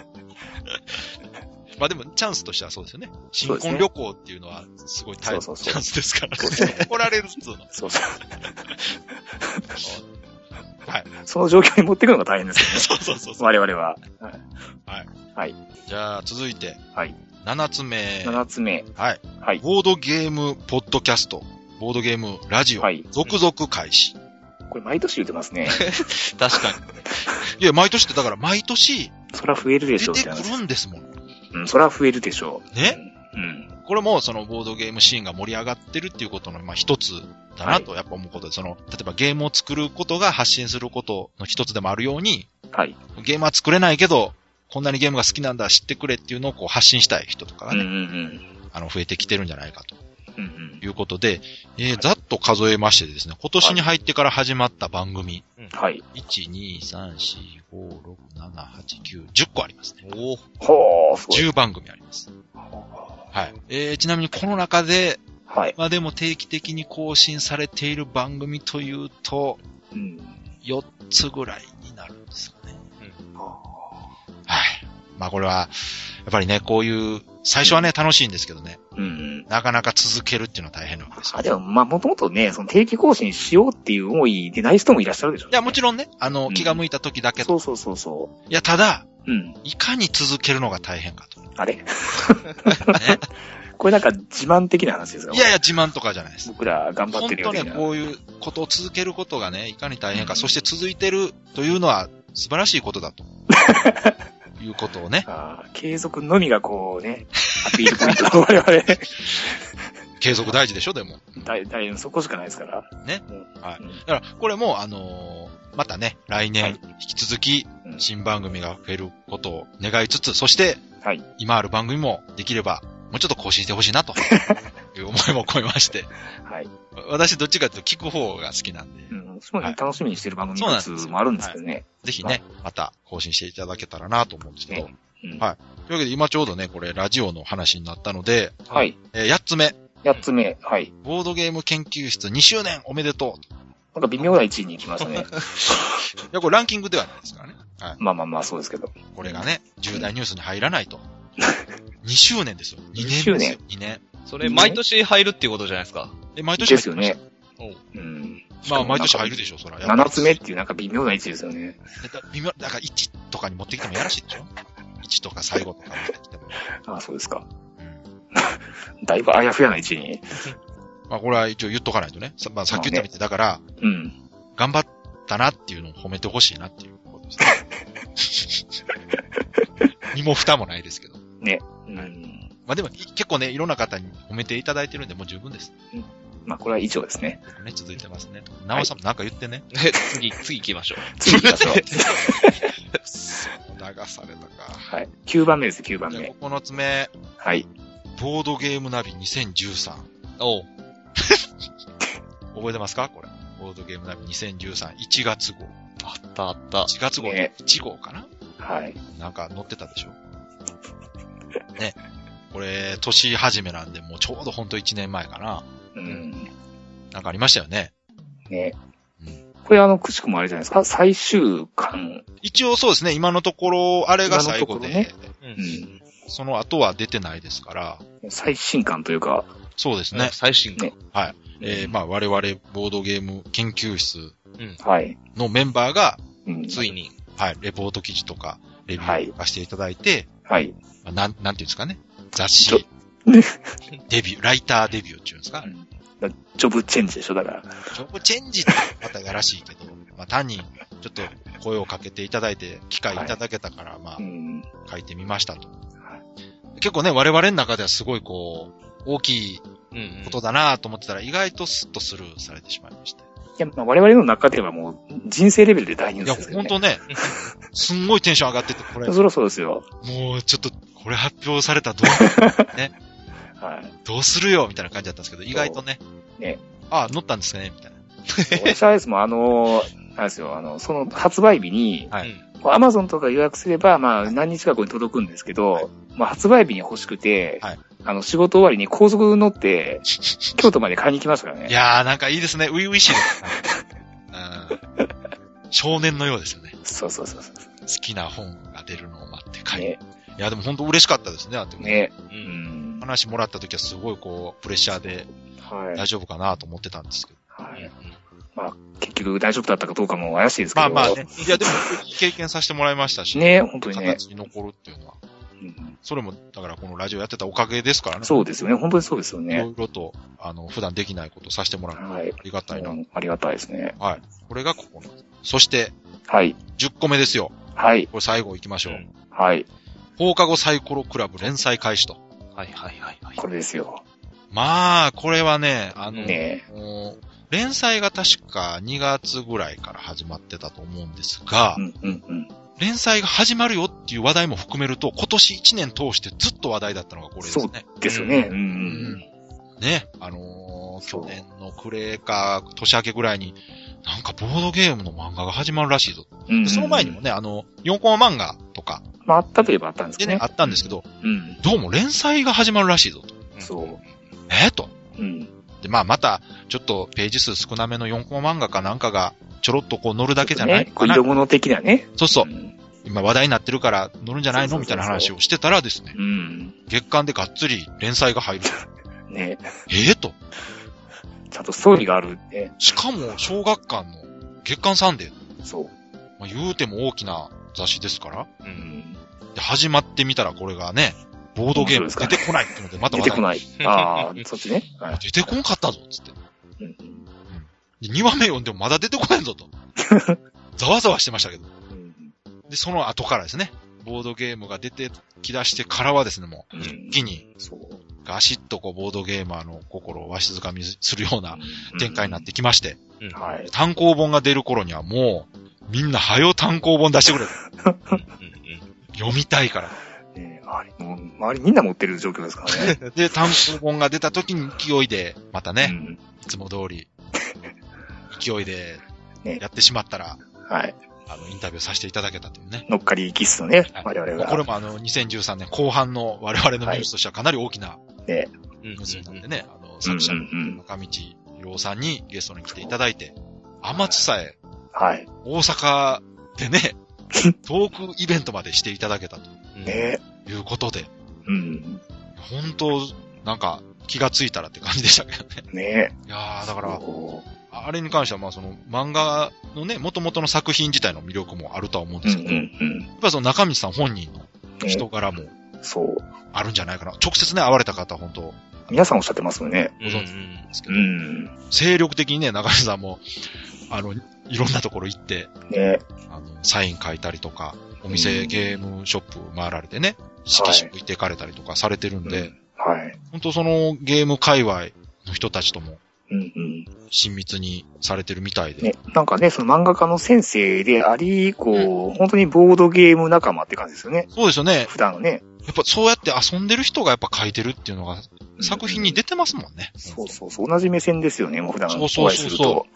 まあでも、チャンスとしてはそうですよね。新婚旅行っていうのは、すごい大変なチャンスですからね。怒られるっつうの。 そうそう。 はい。 その状況に持っていくのが大変ですよね。 そうそうそうそう。 我々は。 はい。はい。 はい。 じゃあ、続いて。 はい。 七つ目。 七つ目。 はい。 はい。 ボードゲームポッドキャスト。ボードゲームラジオ。はい。続々開始。 これ毎年言ってますね。 確かに。 いや、毎年ってだから毎年。 そら増えるでしょう。 出てくるんですもん。 うん、そら増えるでしょう。ね。うん。これもそのボードゲームシーンが盛り上がってるっていうことのまあ一つだなとやっぱ思うことで、その、例えばゲームを作ることが発信することの一つでもあるように、はい。ゲームは作れないけど、こんなにゲームが好きなんだ、知ってくれっていうのをこう発信したい人とかがね、うんうんうん、あの、増えてきてるんじゃないかと。うんうん、いうことで、えー、はい、ざっと数えましてですね、今年に入ってから始まった番組。はい。いち、に、さん、よん、ご、ろく、なな、はち、きゅう、じゅっこありますね。 おほー、 じゅうばんぐみあります。はい。えー、ちなみにこの中で、はい。まあでも定期的に更新されている番組というと、うん、よっつぐらいになるんですかね。うん、はい。まあこれは、やっぱりね、こういう、最初はね、楽しいんですけどね。うん。なかなか続けるっていうのは大変なわけですよ。 あ、でも、まあ、もともとね、その定期更新しようっていう思いでない人もいらっしゃるでしょうね。 いや、もちろんね、あの、うん、気が向いた時だけと。そうそうそうそう。 いや、ただ、うん。いかに続けるのが大変かと。 あれね。これなんか自慢的な話ですか？ いやいや、自慢とかじゃないです。 僕ら頑張ってるよね。 本当ね、こういうことを続けることがね、いかに大変か、うん、そして続いてるというのは素晴らしいことだと。いうことをね。 あ、継続のみがこうね、アピールポイントの我々。 継続大事でしょ、でも。 大、大、そこしかないですから。 ね。うん、はい。だから、これも、あのー、またね、来年、引き続き、新番組が増えることを願いつつ、そして、はい。今ある番組もできれば、もうちょっと更新してほしいなと。 いう思いも込めまして。 はい。 私どっちかというと聞く方が好きなんで。 うん、そうね、はい、楽しみにしてる番組一つもあるんですけどね。はい、 ぜひね、また更新していただけたらなと思うんですけど。ねうん、はい。というわけで今ちょうどね、これラジオの話になったので、 はい。 えー、やっつめ。 やっつめ、はい。 ボードゲーム研究室にしゅうねんおめでとう。 なんか微妙ないちいに行きましたね。いや、これランキングではないですからね。 はい。まあまあまあ、そうですけど。 これがね、重大ニュースに入らないと。にしゅうねんですよ。にねんですよ。にしゅうねん。にねん。 それ、毎年入るっていうことじゃないですか。 え、毎年入るですよね。 うん。まあ、毎年入るでしょ、そら。 ななつめっていうなんか微妙な位置ですよね。 微妙、だからいちとかに持ってきてもやらしいでしょ ?いち とか最後とか持ってきても。 ああ、そうですか。うん。だいぶあやふやな位置に。 まあ、これは一応言っとかないとね。さ、まあ、さっき言ったみたいだから、 うん。 頑張ったなっていうのを褒めてほしいなっていうことですね。身も蓋もないですけど。 ね。うん。 まあでも結構ね、いろんな方に褒めていただいてるんでもう十分です。 うん。まあこれは以上ですね。 ね、続いてますね。なおさんもなんか言ってね。 はい、次、次行きましょう。 次行きましょう。 流されたか。 はい。きゅうばんめです、きゅうばんめ。 ここのつめ。 はい。 ボードゲームナビにせんじゅうさん。 おう。 覚えてますかこれ。ボードゲームナビにせんじゅうさん、いちがつごう。 あったあった。 いちがつごう、ね、いちごうかなはい。 なんか載ってたでしょね。これ、年始めなんで、もうちょうどほんといちねんまえかな。 うん。 なんかありましたよね。 ね。うん。これあの、くしくもあれじゃないですか最終巻。 一応そうですね。今のところ、あれが最後で。ね、 うん。 その後は出てないですから。 最新巻というか。 そうですね。 最新巻。ね、 はい。えー、まあ我々ボードゲーム研究室はいのメンバーが、 うん、 ついに、 はい、レポート記事とか、レビューとかしていただいて、 はい。 まあ、なん、なんていうんですかね。雑誌、デビュー、ライターデビューっていうんですか、うん、 ジョブチェンジでしょ、だから。 ジョブチェンジってまたやらしいけど、まあ単にちょっと声をかけていただいて、機会いただけたから、はい、まあ、うん、書いてみましたと、はい。結構ね、我々の中ではすごいこう、大きいことだなと思ってたら、意外とスッとスルーされてしまいました。 いや、まあ、我々の中ではもう、人生レベルで大ニュースですよね。 いや、ほんとね、すんごいテンション上がってて、これ。 そろそろですよ。 もう、ちょっと、これ発表されたらどうね。 はい。 どうするよみたいな感じだったんですけど、意外とね。 ね。 ああ、乗ったんですねみたいな。 私はですもん、あの、あれですよ、あの、その発売日に、 はい。 アマゾンとか予約すれば、まあ、何日か後に届くんですけど、はい、まあ、発売日に欲しくて、 はい。 あの、仕事終わりに高速乗って、京都まで買いに行きましたからね。 いやー、なんかいいですね。初々しいですね。うん。少年のようですよね。 そうそうそうそう。 好きな本が出るのを待って買い。ね、いや、でも本当嬉しかったですね。あってね。 うん。話もらった時はすごいこう、プレッシャーで、はい。大丈夫かなと思ってたんですけど。 はい。まあ、結局大丈夫だったかどうかも怪しいですけど。 まあまあね。いや、でも、経験させてもらいましたし。 ね、本当にね。 形に残るっていうのは。うん、それも、だからこのラジオやってたおかげですからね。 そうですよね。本当にそうですよね。 いろいろと、あの、普段できないことさせてもらう。はい。ありがたいな、うん。 ありがたいですね。 はい。これがここの。そして、 はい。 じゅっこめですよ。 はい。 これ最後行きましょう。うん、 はい。 放課後サイコロクラブ連載開始と。 はいはいはいはい。 これですよ。 まあ、これはね、あの、 ね、 連載が確かにがつぐらいから始まってたと思うんですが、 うんうんうん、 連載が始まるよっていう話題も含めると、今年いちねん通してずっと話題だったのがこれですね。 そうですよね。うんうん、 ね、あのー、去年の暮れか年明けぐらいに、なんかボードゲームの漫画が始まるらしいぞ。うんうんうん、その前にもね、あの、よんコマ漫画とか。 まあ、あったといえばあったんですね。 でね、あったんですけど、 うん、 どうも連載が始まるらしいぞと。 そう。 えー、と。 うん。 で、まあ、また、ちょっとページ数少なめのよんコマ漫画かなんかが、ちょろっとこう乗るだけじゃないかな。 色物的なね。 そうそう。うん、今話題になってるから乗るんじゃないのみたいな話をしてたらですね。 うん。 月刊でがっつり連載が入る。 ね。 えー、と。 ちゃんとストーリーがあるね。 しかも、小学館の月刊サンデー。 そう。 まあ、言うても大きな雑誌ですから。 うん。 で、始まってみたらこれがね、ボードゲーム出てこないっていうので、また話題。 出てこない。ああ、そっちね。 はい、出てこんかったぞ、つって。 うん。 で、にわめ読んでもまだ出てこないぞと。ざわざわしてましたけど。うん、で、その後からですね、ボードゲームが出てき出してからはですね、もう、一気に、そう。ガシッとこう、ボードゲーマーの心をわしづかみするような展開になってきまして。 うんうん、はい。 単行本が出る頃にはもう、みんな早よ単行本出してくれ。読みたいから。 えー、あれ、ももう周りみんな持ってる状況ですからね。 で、単行本が出た時に勢いで、またね、うん、いつも通り、勢いで、やってしまったら、 ね、はい。 あの、インタビューさせていただけたというね。 乗っかりキスのね、はい、我々が。 これもあの、にせんじゅうさんねん後半の我々のニュースとしてはかなり大きな、ね、ニュースになってね、あの、作者の中道洋さんにゲストに来ていただいて、天津さえ、 はい。 大阪でね、トークイベントまでしていただけたと。ね。いうことで。うん。本当、なんか、気がついたらって感じでしたけどね。 ね。 いやー、だから、あれに関しては、まあその、漫画のね、元々の作品自体の魅力もあるとは思うんですけど、うんうんうん、やっぱその中道さん本人の人柄も、そう。あるんじゃないかな。直接ね、会われた方は本当。 皆さんおっしゃってますよね。 ご存知ですけど、うん。精力的にね、中道さんも、あの、いろんなところ行って、ね。あの、サイン書いたりとか、お店、うん、ゲームショップ回られてね、色紙行ってかれたりとかされてるんで、はい。はい、本当そのゲーム界隈の人たちとも、うんうん、親密にされてるみたいで、 ね。なんかね、その漫画家の先生であり、こう、うん、本当にボードゲーム仲間って感じですよね。 そうですよね。 普段のね。 やっぱそうやって遊んでる人がやっぱ書いてるっていうのが、作品に出てますもんね。 うん、そうそうそう。同じ目線ですよね、もう普段お会いすると。そうそうそう。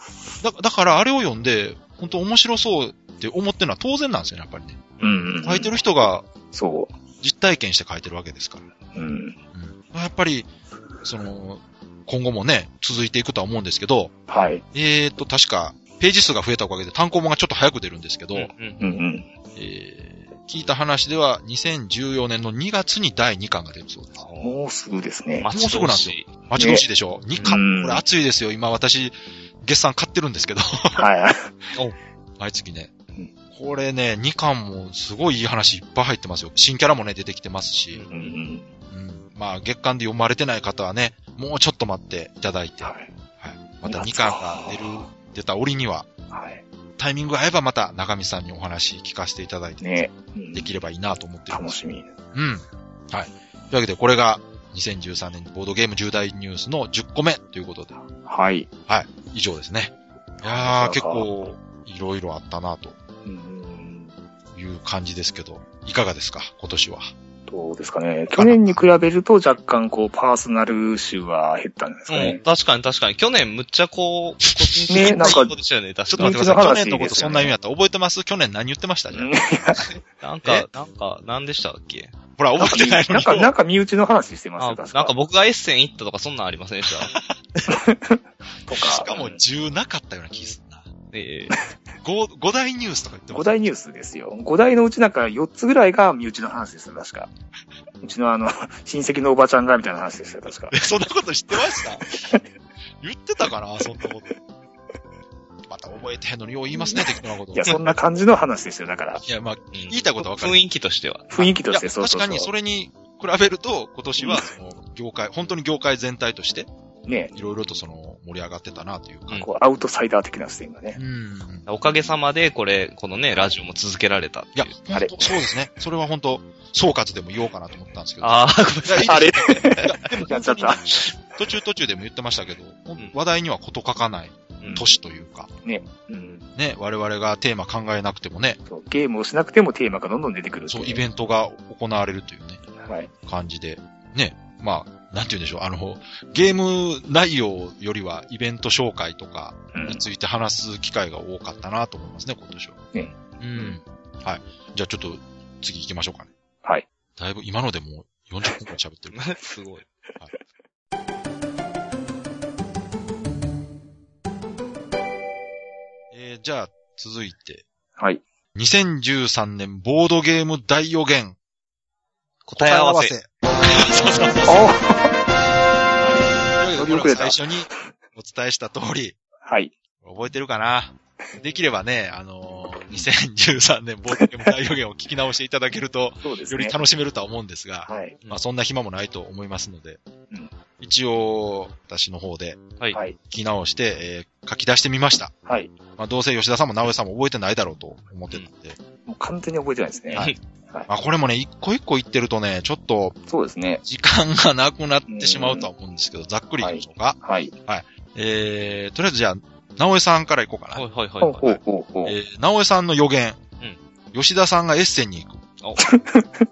だ, だからあれを読んで、本当面白そうって思ってるのは当然なんですよね、やっぱりね。うんうんうん、書いてる人が、そう。実体験して書いてるわけですから。うん。うん、やっぱり、その、今後もね、続いていくとは思うんですけど、はい。えーと、確か、ページ数が増えたおかげで単行本がちょっと早く出るんですけど、うんうんうんえー、聞いた話ではにせんじゅうよねんのにがつにだいにかんが出るそうです。 もうすぐですね。 もうすぐなんですよ。待ち遠しいでしょ。ね、にかん、これ熱いですよ。今私、月産買ってるんですけど。はい。毎月ね。これね、にかんもすごいいい話いっぱい入ってますよ。新キャラもね、出てきてますし。うんうんうんまあ、月間で読まれてない方はね、もうちょっと待っていただいて、はいはい、またにかんが出る、出た折には、はい、タイミングが合えばまた中見さんにお話聞かせていただいて、ねうん、できればいいなと思ってるんです。 楽しみ。 うん。はい。というわけで、これがにせんじゅうさんねんボードゲーム重大ニュースのじゅっこめということで。はい。はい。以上ですね。いやー、結構、いろいろあったなと、いう感じですけど、いかがですか、今年は。 どうですかね。去年に比べると若干こうパーソナル集は減ったんですかね。うん、 確かに確かに。去年むっちゃこう、個人的ね、なんか、 でしたよね。確かに。ちょっと待ってください。去年のことそんな意味だった覚えてます？去年何言ってましたじゃん。 なんか、なんか、何でしたっけほら、覚えてないのに。 なんか、なんか身内の話してますよ、確か。 なんか僕がエッセン行ったとかそんなんありませんでしたとか。しかもじゅうなかったような気するな。ええー。ご大ニュースとか言ってます。 ご大ニュースですよ。ご大のうちなんかよっつぐらいが身内の話ですよ、確か。うちのあの、親戚のおばちゃんがみたいな話ですよ、確か。 そんなこと知ってました言ってたかなそんなこと。また覚えてへんのによう言いますね、適当なこと。 いや、そんな感じの話ですよ、だから。 いや、まあ、言いたいことは分かる。 雰囲気としては。 雰囲気として、そうそうそう。 確かにそれに比べると、今年は、その、業界、本当に業界全体として、ね。いろいろとその、盛り上がってたなというか。 こう、アウトサイダー的な視点がね。うん。おかげさまで、これ、このね、ラジオも続けられたっていう。 いや、あれそうですね。それは本当総括でも言おうかなと思ったんですけど。 ああ、ごめんなさい。あれでも、やっちゃった。途中途中でも言ってましたけど、うん、話題にはこと書かない年というか。うん、ね。うん。ね、我々がテーマ考えなくてもね。 そう、ゲームをしなくてもテーマがどんどん出てくる、ね。 そう、イベントが行われるというね。はい。感じで。ね。まあ、なんて言うんでしょう、あの、ゲーム内容よりはイベント紹介とかについて話す機会が多かったなと思いますね、今年は。ね。うん。はい。じゃあちょっと次行きましょうかね。はい。だいぶ今のでもうよんじゅっぷんくらい喋ってる。 すごい。はい。 えー、じゃあ続いて。 はい。 にせんじゅうさんねんボードゲーム大予言。 答え合わせ。 そうそうそう。最初にお伝えした通り。はい。覚えてるかな？できればね、あのー、にせんじゅうさんねんボードゲーム大予言を聞き直していただけると、そうですね、より楽しめるとは思うんですが、はい。まあそんな暇もないと思いますので、うん、一応、私の方で、はい。聞き直して、えー、書き出してみました。はい。まあどうせ吉田さんも直江さんも覚えてないだろうと思ってたんで。 うん、もう完全に覚えてないですね。はい。 はい、まあこれもね、一個一個言ってるとね、ちょっと、 そうですね。 時間がなくなってしまうとは思うんですけど、ざっくり言いましょうか。はい。はい。えー、とりあえずじゃあ、直江さんから行こうかな。はいはいはい、はい。ほうほうほう。えー、直江さんの予言。うん。吉田さんがエッセンに行く。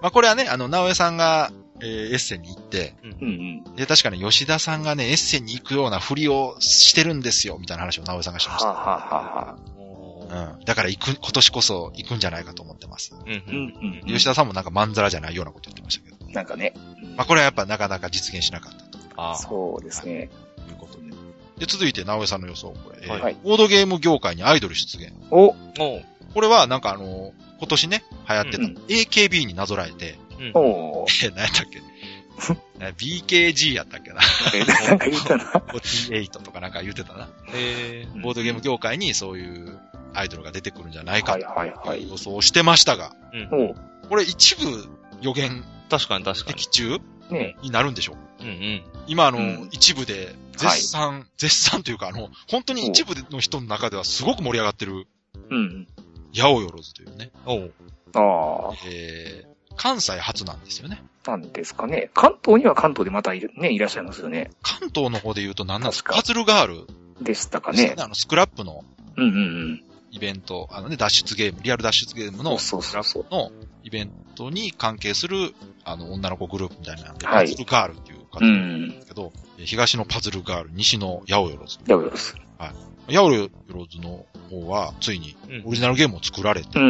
まあこれはね、あの、直江さんが、えー、エッセンに行って、 うんうん、 で、確かに吉田さんがね、エッセンに行くようなふりをしてるんですよ、みたいな話を直江さんがしました。はははは。うん。だから行く、今年こそ行くんじゃないかと思ってます。うんうんうん、吉田さんもなんかまんざらじゃないようなこと言ってましたけど。 なんかね。 まあこれはやっぱなかなか実現しなかったと。 あそうですね。 ということで。で、続いて直江さんの予想、これ。はい。ボードゲーム業界にアイドル出現。 おおこれはなんかあの、今年ね、流行ってた、うん、エーケービー になぞらえて、うん、おえ、何やったっけビーケージー やったっけななんか言ったな。 フォーティーエイトとかなんか言ってたな。えー、ボードゲーム業界にそういうアイドルが出てくるんじゃないかという予想をしてましたが、うん、これ一部予言、 確かに確かに。 的中になるんでしょう、うんうん、今あの、うん、一部で絶賛、はい、絶賛というかあの、本当に一部の人の中ではすごく盛り上がってる、うん。八百万というね。おう。ああ。えー、関西初なんですよね。 なんですかね。関東には関東でまたいる、ね、いらっしゃいますよね。 関東の方で言うと何なんですか？パズルガールでしたかね。 あの、スクラップの。 うんうんうん。 イベント、あのね、脱出ゲーム、リアル脱出ゲームの、スクラップのイベントに関係する、あの、女の子グループみたいなんで、はい、パズルガールっていう方なんですけど、うん、東のパズルガール、西の八百万。八百万。 はい。八百万の方は、ついにオリジナルゲームを作られて、うん、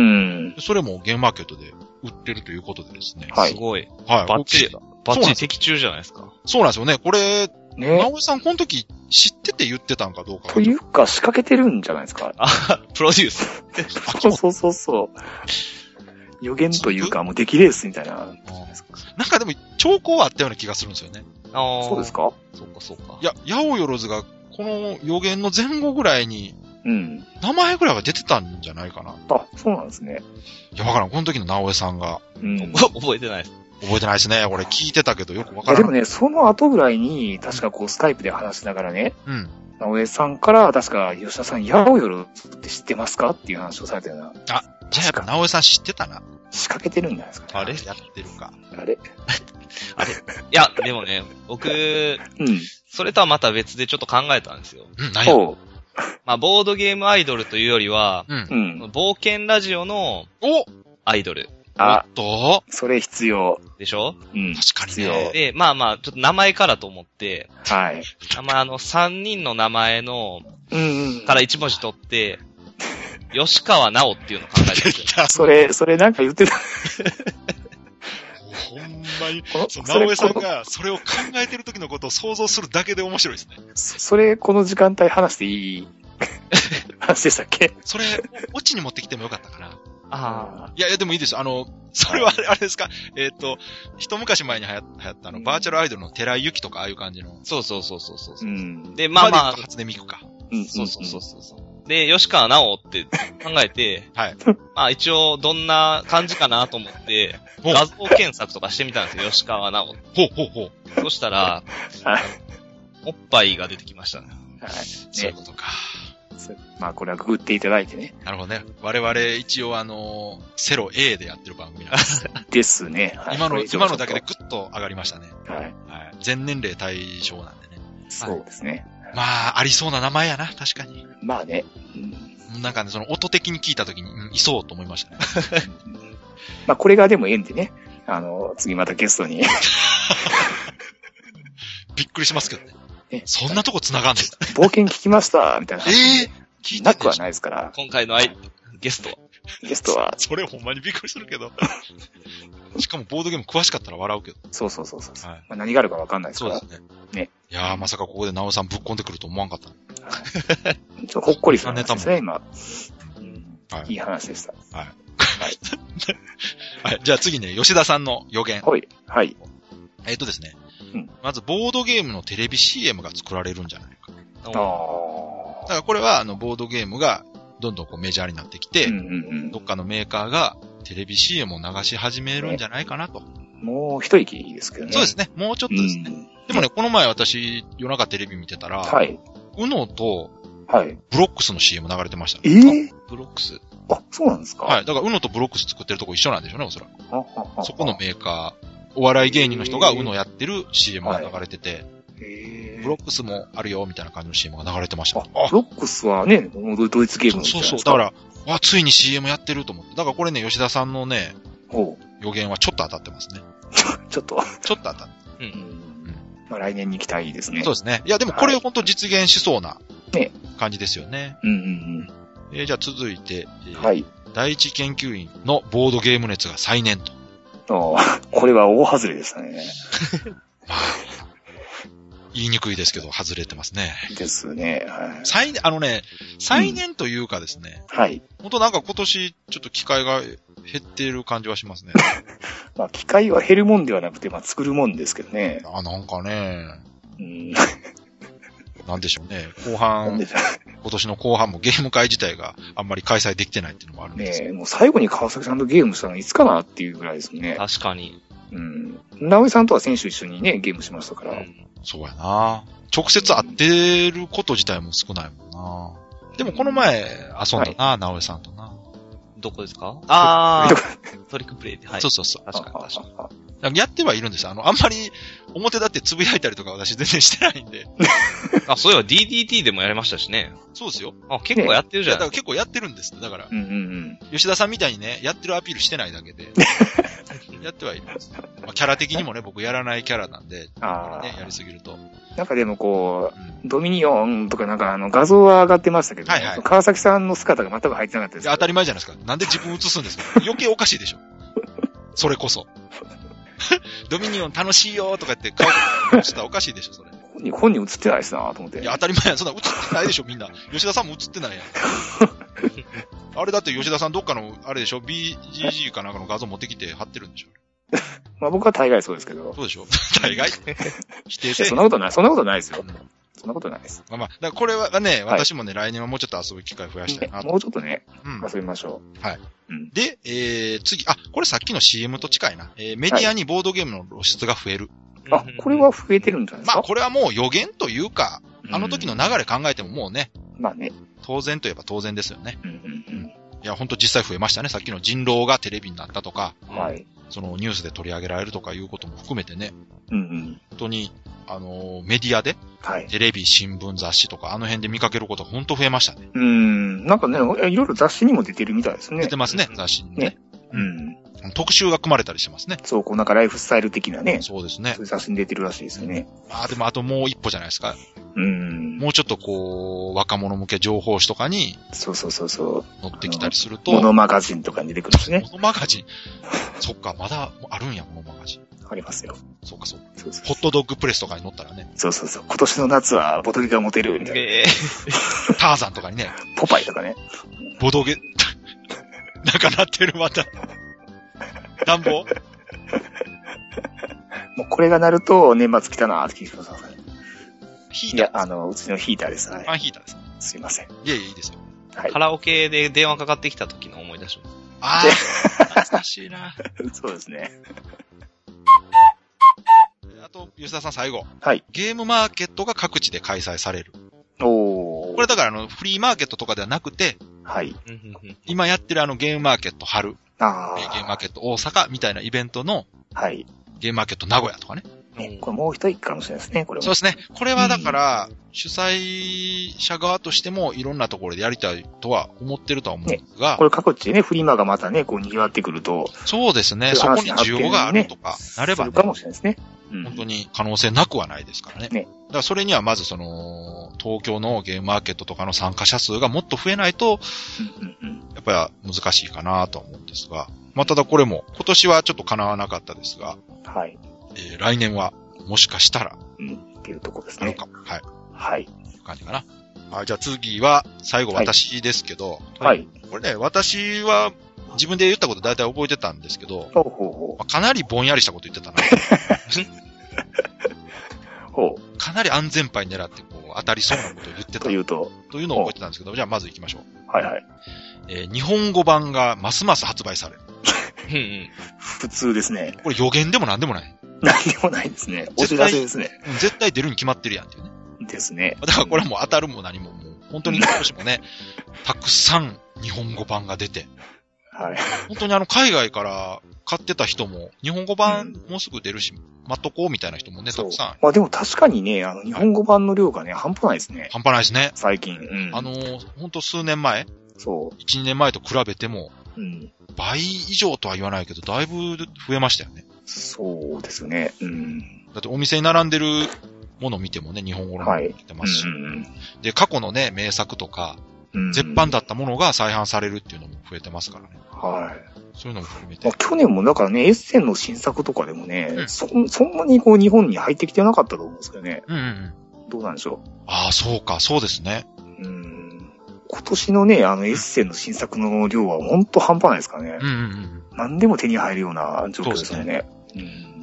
それもゲームマーケットで売ってるということでですね。 はい。すごい。はい。バッチリだ。バッチリ的中じゃないですか。 そうなんですよね。これ、ね、直江さんこの時知ってて言ってたんかどうか。 というか仕掛けてるんじゃないですか。 あ、プロデュース。 そうそうそうそう。予言というか、もう出来レースみたいな。 なんかでも、兆候はあったような気がするんですよね。 ああ。そうですか？ そうかそうか。 いや、八百万がこの予言の前後ぐらいに、うん。名前ぐらいは出てたんじゃないかな。 あ、そうなんですね。 いや、わからん。この時の直江さんが。 うん。覚えてないです。 覚えてないですね。俺聞いてたけどよくわからない。 でもね、その後ぐらいに、確かこうスカイプで話しながらね、うん。直江さんから、確か吉田さん、八百万って知ってますかっていう話をされたよな。 あ、じゃあやっぱ直江さん知ってたな。 仕掛けてるんじゃないですか、ね。 あれやってるか。 あれあれいや、でもね、僕、うん。それとはまた別でちょっと考えたんですよ。 うん、何やまあ、ボードゲームアイドルというよりは、うん。冒険ラジオの、おアイドル。 あ、とそれ必要。 でしょ？ うん。確かにね。 で、まあまあ、ちょっと名前からと思って、 はい。 まあ、あの、三人の名前の、うんうん。から一文字取って、吉川直っていうのを考えてるんですよ。 それ、それなんか言ってた。 ほんまに、直江さんがそれを考えてる時のことを想像するだけで面白いですね。 そ, それ、この時間帯話していい話でしたっけ？ それ、オチに持ってきてもよかったかな。 ああ。いやいや、でもいいですよ。あの、それはあれですか、えっ、ー、と、一昔前に流行ったあの、バーチャルアイドルの寺井由紀とかああいう感じの。 そうそうそうそうそう。うん、 で、まあまあ。 初音ミクか。 うん。 そうそうそうそう。で、吉川直って考えて、 はい。 まあ一応どんな感じかなと思って、画像検索とかしてみたんですよ、吉川直。 ほうほうほう。そしたら、はい、おっぱいが出てきましたね。 はい。 そういうことか。 まあこれはググっていただいてね。 なるほどね。我々一応あの、セロ A でやってる番組なんです。 ですね。 はい、今の、今のだけでグッと上がりましたね。 はい。はい。 全年齢対象なんでね。 そうですね。 まあ、ありそうな名前やな、確かに。 まあね。 うん、なんかね、その音的に聞いたときに、うん、いそうと思いましたね。 まあこれがでも縁でね、あの、次またゲストに。 びっくりしますけどね。ねそんなとこ繋がんねん。 冒険聞きました、みたいな。 ええー、 聞いなくはないですから。 今回のアイゲストは。 ゲストは。 それほんまにびっくりするけど。しかもボードゲーム詳しかったら笑うけど。 そうそうそうそう。はい、まあ、何があるかわかんないですから。 そうですね。 ね。 いやー、まさかここで直江さんぶっ込んでくると思わんかった。 はい、ちょっとほっこりするんですね、今、うんはい。いい話でした。 はい。はい。はい。じゃあ次ね、吉田さんの予言。 はい。はい。 えっとですね。うん、まず、ボードゲームのテレビ シーエム が作られるんじゃないか。 ああ。 だからこれは、あの、ボードゲームがどんどんこうメジャーになってきて、うんうんうん、どっかのメーカーがテレビ シーエム を流し始めるんじゃないかなと。 もう一息ですけどね。 そうですね。もうちょっとですね。うん、でもね、この前私、夜中テレビ見てたら、 はい。 ウノと、 はい。 ブロックスの シーエム 流れてました、 ね。えー、 ブロックスあ、そうなんですか？ はい。だから、ウノとブロックス作ってるとこ一緒なんでしょうね、おそらく。はははそこのメーカー、お笑い芸人の人がウノやってる シーエム が流れてて、 へブロックスもあるよ、みたいな感じの シーエム が流れてました。あ、 ブロックスはね、ドイツゲームそうそうそう。だから、あ、ついに シーエム やってると思って。だからこれね、吉田さんのね、 予言はちょっと当たってますね。 ちょっとちょっと当たって。 うん。うん、まあ来年に期待ですね。 そうですね。いや、でもこれ本当実現しそうな感じですよね。うんうんうん。えー、じゃあ続いて、えー、はい。第一研究員のボードゲーム熱が再燃と。 ああ、これは大外れでしたね。 言いにくいですけど、外れてますね。 ですね。はい。 再、あのね、再燃というかですね。 うん、はい。 本当なんか今年、ちょっと機会が減っている感じはしますね。 まあ、機会は減るもんではなくて、まあ、作るもんですけどね。 あ、なんかね。 うん。 なんでしょうね。後半、今年の後半もゲーム会自体があんまり開催できてないっていうのもあるんですねえ、もう最後に川崎さんとゲームしたのいつかなっていうぐらいですね。 確かに。 うん。直江さんとは先週一緒にね、ゲームしましたから。うん、 そうやな。直接会ってること自体も少ないもんな。でもこの前遊んだな、はい、直江さんとな。 どこですか？あー、トリックプレイで。はい。 そうそうそう。 確かに確かに。やってはいるんですよ。あの、あんまり表だってつぶやいたりとか私全然してないんで。 あ、そういえば ディーディーティー でもやりましたしね。 そうですよ。 あ、結構やってるじゃん。 いや、だから結構やってるんです。だから。 うんうんうん。 吉田さんみたいにね、やってるアピールしてないだけで。やってはいるんです。まあ、キャラ的にもね、僕やらないキャラなんで、 あね、やりすぎると。 なんかでもこう、うん、ドミニオンとかなんかあの画像は上がってましたけど、はいはい、川崎さんの姿が全く入ってなかったです。 当たり前じゃないですか。なんで自分映すんですか？余計おかしいでしょ。それこそ。ドミニオン楽しいよとかって顔したらおかしいでしょ、それ。 本人、本人映ってないですなと思って。 いや、当たり前やん。そんな映ってないでしょ、みんな。吉田さんも映ってないやん。あれだって吉田さんどっかの、あれでしょ ?ビージージー かなんかの画像持ってきて貼ってるんでしょまあ僕は大概そうですけど。 そうでしょ大概否定せそんなことない、そんなことないですよ。うん、そんなことないです。 まあまあ、だからこれはね、私もね、はい、来年はもうちょっと遊ぶ機会増やしたいなと、 ね。もうちょっとね、うん、遊びましょう。はい。うん、で、えー、次、あ、これさっきの シーエム と近いな。えー、メディアにボードゲームの露出が増える。 はい、あ、これは増えてるんじゃないですか？ まあこれはもう予言というか、あの時の流れ考えてももうね。 まあね。 当然といえば当然ですよね。 うんうんうん。 いや、ほんと実際増えましたね。さっきの人狼がテレビになったとか。 はい。 そのニュースで取り上げられるとかいうことも含めてね。 うんうん。 本当に、あのー、メディアで、はい。テレビ、新聞、雑誌とか、あの辺で見かけることが本当増えましたね。 うーん。なんかね、いろいろ雑誌にも出てるみたいですね。 出てますね、雑誌にね。 ね。うん。 特集が組まれたりしてますね。 そう、こうなんかライフスタイル的なね。 そうですね。 そういう雑誌に出てるらしいですよね。 まあでもあともう一歩じゃないですか。 うん。 もうちょっとこう、若者向け情報誌とかに。 そうそうそうそう。 載ってきたりすると。 モノマガジンとかに出てくるんですね。 モノマガジン。そっか、まだあるんや、モノマガジン。 ありますよ。 そうかそうか。そうそうホットドッグプレスとかに載ったらね。 そうそうそう。今年の夏はボトゲが持てるみたいな。えー、ターザンとかにね。 ポパイとかね。 ボドゲ、なんかなってる、また。暖房もうこれが鳴ると年末来たなーって聞いてください。 ヒーター？いや、 あの、うちのヒーターです。 はい。ファンヒーターです。 すいません。 いやいや、いいですよ。 はい。カラオケで電話かかってきた時の思い出します。 ああ、懐かしいな。 そうですね。 あと、吉田さん最後。 はい。 ゲームマーケットが各地で開催される。 おー。 これだからあの、フリーマーケットとかではなくて、 はい。 今やってるあのゲームマーケット春。 あゲームマーケット大阪みたいなイベントの、 はい。 ゲームマーケット名古屋とかね。 ね、これもう一息かもしれないですね、これは。 そうですね。これはだから、うん、主催者側としてもいろんなところでやりたいとは思ってるとは思うんですが。 ね、これ各地でね、フリーマがまたね、こう賑わってくると。 そうですね。そこに需要があるとか、なればね。 かもしれないですね。 うん、本当に可能性なくはないですからね。ね。だからそれにはまずその、東京のゲームマーケットとかの参加者数がもっと増えないと、やっぱり難しいかなとは思うんですが。まあ、ただこれも、今年はちょっと叶わなかったですが。 はい。 えー、来年は、もしかしたら。 うん、っていうところですね。 あるかも。はい。 はい。 感じかな。はい、じゃあ次は、最後私ですけど。 はい。 これね、私は、自分で言ったこと大体覚えてたんですけど。 ほうほうほう。かなりぼんやりしたこと言ってたな。 ほう。かなり安全牌狙って、こう、当たりそうなことを言ってた。 というと。 というのを覚えてたんですけど、じゃあまず行きましょう。 はいはい。 えー、日本語版がますます発売される。 うんうん。 普通ですね。 これ予言でもなんでもない。 なんでもないですね。お知らせですね。 絶対出るに決まってるやんっていうね。 ですね。 だからこれはもう当たるも何ももう、本当に今年もね、たくさん日本語版が出て。 はい。 本当にあの海外から買ってた人も、日本語版もうすぐ出るし、うん、待っとこうみたいな人もね、たくさん。 まあでも確かにね、あの日本語版の量がね、半端ないですね。 半端ないですね。 最近。うん、 あのー、本当数年前。 そう。 いち、にねんまえと比べても、 うん。 倍以上とは言わないけど、だいぶ増えましたよね。 そうですね。うん。 だってお店に並んでるものを見てもね、日本語のもの見てますし、はいうん、で、過去のね、名作とか、うん、絶版だったものが再販されるっていうのも増えてますからね。はい。そういうのも含めて。 まあ、去年もだからね、エッセンの新作とかでもね、うん、そ、そんなにこう日本に入ってきてなかったと思うんですけどね。うんうんうん。どうなんでしょう。 ああ、そうか、そうですね。 うん。今年のね、あのエッセンの新作の量はほんと半端ないですからね。うんうんうん。何でも手に入るような状況ですよね。 うん、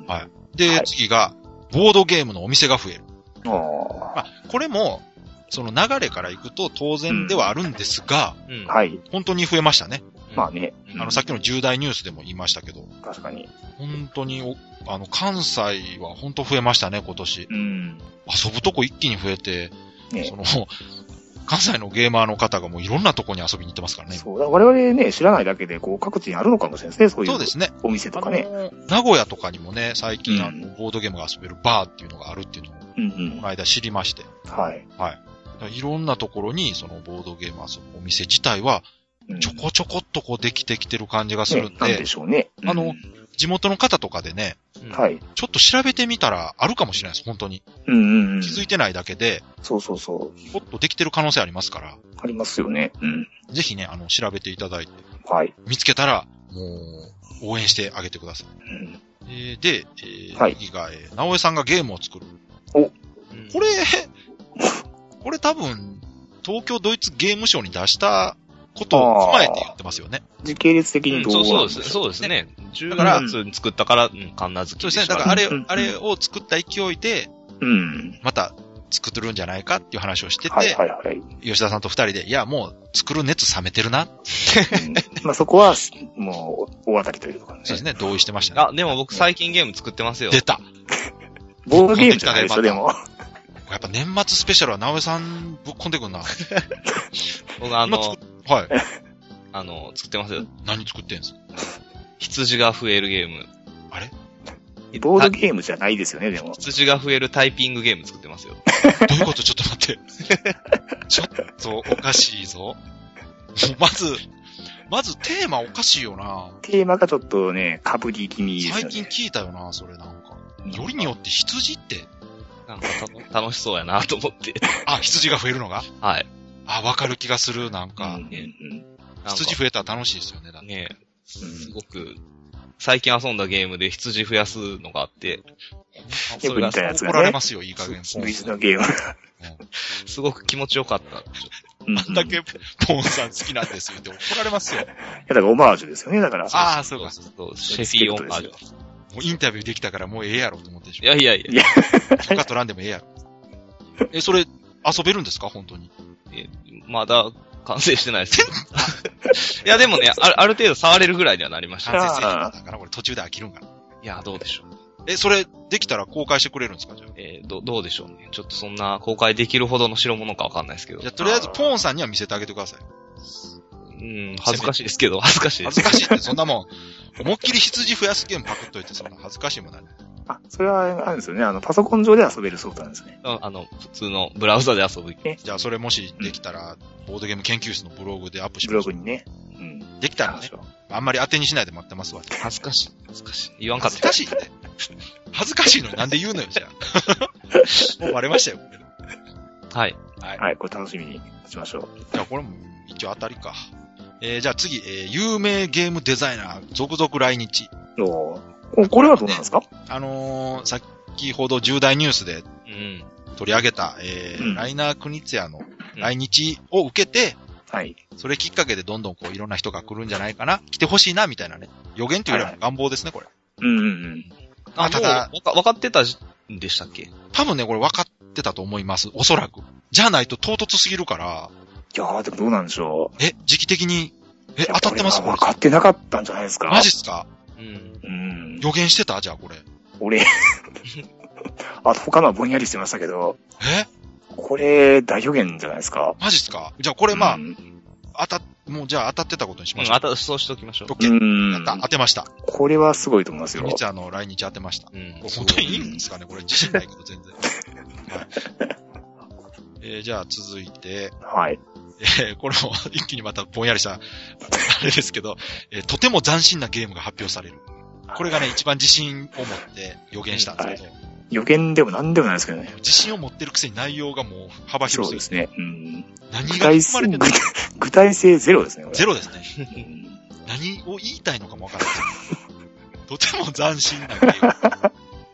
はい。で、はい、次が、ボードゲームのお店が増える。ああ。まあ、これも、その流れからいくと当然ではあるんですが、うん、はい。本当に増えましたね。 まあね。 あの、さっきの重大ニュースでも言いましたけど。 確かに。 本当に、あの、関西は本当増えましたね、今年。うん。遊ぶとこ一気に増えて、ね、その、関西のゲーマーの方がもういろんなとこに遊びに行ってますからね。 そう。我々ね、知らないだけで、こう、各地にあるのかもしれないですね、そういう。そうですね。お店とかね。 名古屋とかにもね、最近、あの、ボードゲームが遊べるバーっていうのがあるっていうのを、うんうん、この間知りまして。はい。はい。いろんなところに、そのボードゲーム遊ぶお店自体は、ちょこちょこっとこうできてきてる感じがするんで。 ね、なんでしょうね。 うん、あの、地元の方とかでね、はい。ちょっと調べてみたらあるかもしれないです、本当に。うんうんうん。気づいてないだけで。 そうそうそう。 ちょっとできてる可能性ありますから。 ありますよね。うん。 ぜひね、あの、調べていただいて。はい。見つけたら、もう、応援してあげてください。うん。えー、で、えー、はい。次が、えー、直江さんがゲームを作る。お。これ、これ多分、東京ドイツゲームショウに出したことを踏まえて言ってますよね。 時系列的にどう、 うん、そうそうです。そうですね。じゅうがつに作ったから、うん、カンナ好きでした。そうですね。だからあれ、うん、あれを作った勢いで、うん。また作ってるんじゃないかっていう話をしてて、はいはいはい。吉田さんと二人で、いや、もう作る熱冷めてるな。うん、 まあそこは、もう、大当たりというかね。 そうですね。同意してましたね。 あ、でも僕最近ゲーム作ってますよ。 出た。 ボードゲームじゃないでしょ、でも。 やっぱ年末スペシャルは直江さんぶっこんでくんな。 僕あの、はい。あの、作ってますよ。 何作ってんすか？ 羊が増えるゲーム。 あれ？ ボードゲームじゃないですよね、でも。 羊が増えるタイピングゲーム作ってますよ。 どういうこと？ちょっと待って。ちょっとおかしいぞ。まず、まずテーマおかしいよな。 テーマがちょっとね、被り気味ですよね。 最近聞いたよな、それなんか。よりによって羊って、 なんか楽しそうやなと思って。 あ、羊が増えるのが？ はい。 あ、わかる気がする、なんか。うんうん、羊増えたら楽しいですよね、だね。すごく、最近遊んだゲームで羊増やすのがあって、 それが怒られますよ、いい加減。 ポンのゲーム。 すごく気持ちよかった。 あんだけポンさん好きなんですよって怒られますよ。いや、 だからオマージュですよね、だから。 ああ、そうか。 そう、シェフィーオマージュ。 もうインタビューできたからもうええやろと思ってしょ。いやいやいや。 許可取らんでもええやろ。え、それ、遊べるんですか本当に。 え、まだ、完成してないです。いや、でもね、あ, ある程度触れるぐらいにはなりました。 完成してるんだから、これ途中で飽きるんかな。 いや、どうでしょう。 え、それ、できたら公開してくれるんですかじゃあ。 えー、ど、どうでしょうね。ちょっとそんな公開できるほどの代物かわかんないですけど。 じゃあ、とりあえず、ポーンさんには見せてあげてください。 うん、恥ずかしいですけど、恥ずかしいです。 恥ずかしいって、そんなもん、思いっきり羊増やすゲームパクっといて、そんな恥ずかしいもんなね。 あ、それは、あれですよね。あの、パソコン上で遊べるソフトなんですね。 あの、普通のブラウザで遊ぶ。 じゃあ、それもしできたら、うん、ボードゲーム研究室のブログでアップします。ブログにね。 うん。できたらね。あんまり当てにしないで待ってますわ。 恥ずかしい。恥ずかしい。言わんかった。 恥ずかしいって。恥ずかしいのになんで言うのよ、じゃあ。もうバレましたよ。 はい。 はい。はい、これ楽しみにしましょう。 じゃあ、これも一応当たりか。えー、じゃあ次、えー、有名ゲームデザイナー、続々来日。 おー。これはどうなんですか？ あのー、先ほど重大ニュースで取り上げた、えーうん、ライナー・クニツヤの来日を受けて、うん、はい。それきっかけでどんどんこういろんな人が来るんじゃないかな、来てほしいな、みたいなね。予言というよりは願望ですね、これ。 うんうんうん。 あ、ただ、わか、わかってたんでしたっけ？ 多分ね、これ分かってたと思います。おそらく。じゃないと唐突すぎるから。 いやー、でもどうなんでしょう。 え、時期的に、え、当たってます？ 分かってなかったんじゃないですか。 マジっすか？ うん。うん。 予言してた？じゃあこれ。 俺。あと他のはぼんやりしてましたけど。 え？ これ、大予言じゃないですか。 マジっすか？じゃあこれまあ、うん、当たっ、もうじゃあ当たってたことにしましょう。 うん、当た、そうしておきましょう。 オッケー。やった、当てました。 これはすごいと思いますよ。 実はあの、来日当てました。うん。本当にいいんですかね？これ自信ないけど全然。はい。えー、じゃあ続いて。 はい。 えー、これも一気にまたぼんやりした、あれですけど、えー、とても斬新なゲームが発表される。これがね、一番自信を持って予言したんですけど。はい、 予言でも何でもないですけどね。 自信を持ってるくせに内容がもう幅広すぎる。 そうですね。うん、 何が含まれてるの？ 具体性ゼロですね。 ゼロですね。何を言いたいのかもわからない。とても斬新なゲーム。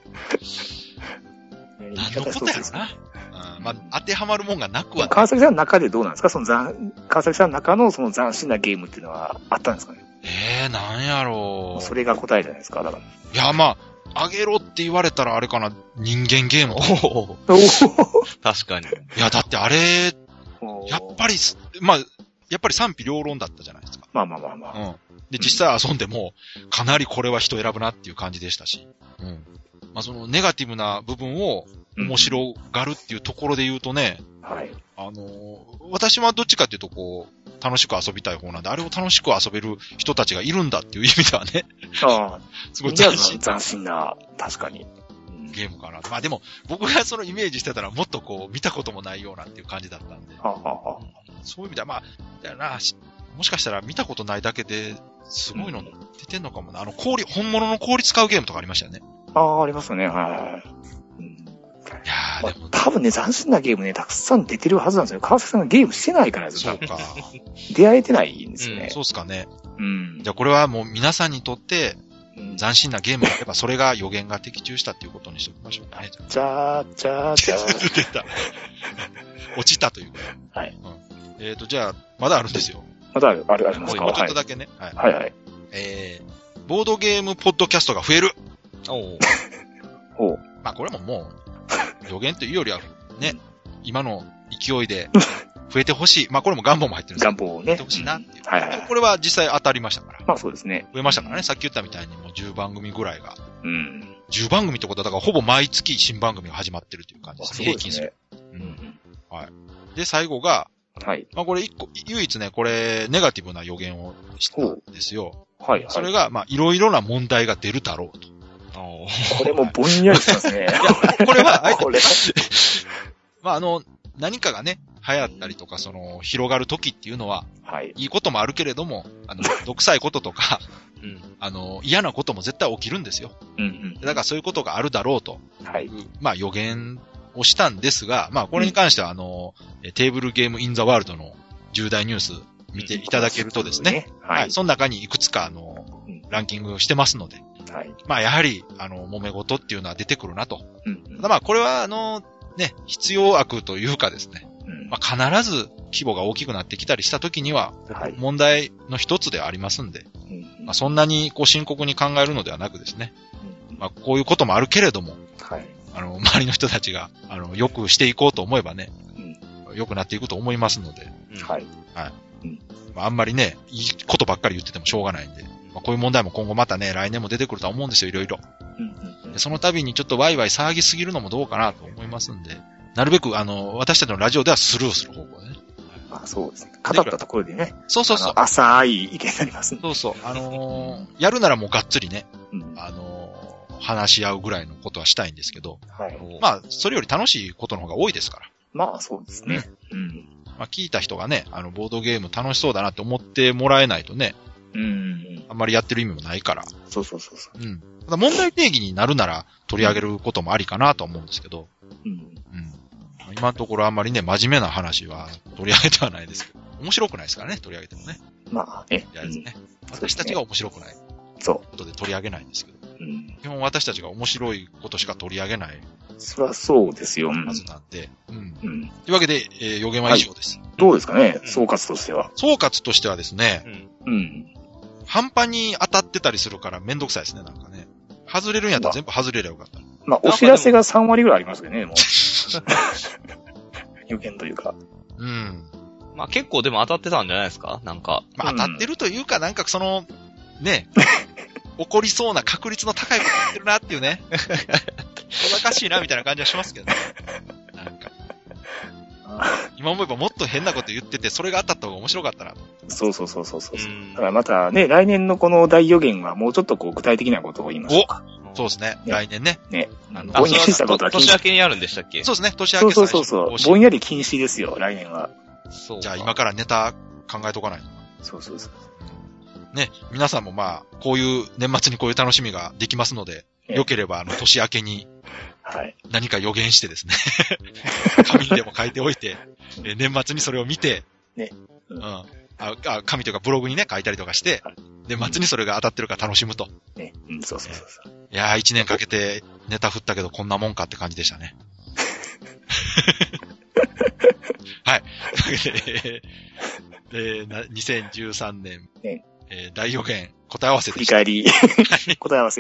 何のことやろな。うん、まあ、当てはまるもんがなくはない。 川崎さんの中でどうなんですか？その残、川崎さんの中のその斬新なゲームっていうのはあったんですかね？ ええー、なんやろう。 それが答えじゃないですか、だから。いや、まあ、あげろって言われたらあれかな、人間ゲーム。 お確かに。 いや、だってあれ、やっぱり、まあ、やっぱり賛否両論だったじゃないですか。 まあまあまあまあ。 うん。で、実際遊んでも、かなりこれは人選ぶなっていう感じでしたし。うん。まあ、そのネガティブな部分を面白がるっていうところで言うとね、 うん、はい。 あのー、私はどっちかっていうとこう、楽しく遊びたい方なんで、あれを楽しく遊べる人たちがいるんだっていう意味ではね。 ああ。 すごい斬新。 斬新な、確かに。 ゲームかな。まあでも、僕がそのイメージしてたらもっとこう、見たこともないようなっていう感じだったんで。 はあはあ、 そういう意味では、まあ、だよな、もしかしたら見たことないだけで、すごいの出てんのかもな。あの、氷、本物の氷使うゲームとかありましたよね。 ああ、ありますよね。はい。うん、いやー、でも、 多分ね、斬新なゲームね、たくさん出てるはずなんですよ。川崎さんがゲームしてないからですそうか。 出会えてないんですよね。 うん、そうっすかね。 うん。 じゃあこれはもう皆さんにとって、斬新なゲームがあれば、それが予言が的中したっていうことにしておきましょうかね。 じゃー、じゃー、じゃー。 出た。落ちたという。 はい。 うん、えっ、ー、と、じゃあ、まだあるんですよ。 まだある、ある、ありますか？ もうちょっとだけね。 はい。はい、はい、 えー、ボードゲームポッドキャストが増える。 おう。 おう。 まあ、これももう、予言というよりは、ね、今の勢いで、増えてほしい。まあこれも願望も入ってるんですけど。願望をね。 増えてほしいなっていう、 うん。はいはい。 これは実際当たりましたから。 まあそうですね。 増えましたからね。さっき言ったみたいにもうじゅうばん組ぐらいが。 うん。 じゅうばん組ってことはだからほぼ毎月新番組が始まってるっていう感じですね。 平均する。 うん。はい。で、最後が、 はい。 まあこれ一個、唯一ね、これネガティブな予言をしたんですよ。 はいはい。 それが、まあいろいろな問題が出るだろうと。 これもぼんやりしてますね。いや、 これは、 これまああの、何かがね、流行ったりとか、その、広がる時っていうのは、 はい。 いいこともあるけれども、あの、毒臭いこととか、うん、あの、嫌なことも絶対起きるんですよ。 うんうん。 だからそういうことがあるだろうと。 はい。 まあ予言をしたんですが、まあこれに関しては、あの、うん、テーブルゲームインザワールドの重大ニュース見ていただけるとですね、うんねはい、はい。その中にいくつか、あの、ランキングしてますので、 はい。まあやはり、あの、揉め事っていうのは出てくるなと。 うん、 ただまあこれは、あの、ね、必要悪というかですね、まあ、必ず規模が大きくなってきたりしたときには、問題の一つではありますんで、はいまあ、そんなにこう深刻に考えるのではなくですね、まあ、こういうこともあるけれども、 はい、 あの、周りの人たちが、あの、よくしていこうと思えばね、うん、よくなっていくと思いますので、 はい。 はい。うんまあ、あんまりね、いいことばっかり言っててもしょうがないんで、まあ、こういう問題も今後またね、来年も出てくるとは思うんですよ、いろいろ。 うん、 でその度にちょっとワイワイ騒ぎすぎるのもどうかなと思いますんで、なるべく、あの、私たちのラジオではスルーする方向でね。 あそうですね。語ったところでね。 そうそうそう。 浅い意見になりますね。 そうそう。あのー、やるならもうがっつりね、 うん、 あのー、話し合うぐらいのことはしたいんですけど、 はい。 まあ、それより楽しいことの方が多いですから。 まあ、そうですね。うん。 まあ、聞いた人がね、あの、ボードゲーム楽しそうだなって思ってもらえないとね、 うん。 あんまりやってる意味もないから。 そうそうそうそう。 うん。ただ問題定義になるなら取り上げることもありかなと思うんですけど、 うん。 うん。今のところあんまりね、真面目な話は取り上げてはないですけど、面白くないですからね、取り上げてもね。 まあね。 やるね、うん。私たちが面白くない。 そう。 ことで取り上げないんですけど。 うん。 基本私たちが面白いことしか取り上げない。 そりゃそうですよ。 はずなんで。うん。 うん。 というわけで、えー、予言は以上です。 はい、どうですかね、総括としては。 総括としてはですね。 うん。うん。 半端に当たってたりするからめんどくさいですね、なんかね。外れるんやったら全部外れりゃよかった。 まあ、お知らせがさん割ぐらいありますけどね、もう。予言というか。 うん。 まあ結構でも当たってたんじゃないですかなんか。 まあ当たってるというか、なんかその、ね、起こりそうな確率の高いこと言ってるなっていうね。小賢しいなみたいな感じはしますけどね。なんか。今思えばもっと変なこと言ってて、それが当たった方が面白かったな。 そうそうそうそうそう。だからまたね、来年のこの大予言はもうちょっとこう具体的なことを言いましょうか。 そうですね。ね来年ね。 ね。あの、ぼんやりしたことは年明けにあるんでしたっけ？ そうですね。年明けそうそうそうそう。ぼんやり禁止ですよ、来年は。 そう。じゃあ今からネタ考えとかないと。 そうそうそう。 ね、皆さんもまあ、こういう、年末にこういう楽しみができますので、良ければあの、年明けに、はい。何か予言してですね。紙にでも書いておいて、え年末にそれを見て、ね。うん。あ、あ紙というかブログにね、書いたりとかして、年末にそれが当たってるか楽しむと。 ね。うん、そうそうそうそう。 いやー、一年かけてネタ振ったけどこんなもんかって感じでしたね。はい。えー、にせんじゅうさんねん、ねえー、大予言、答え合わせでした。振り返り。答え合わせ。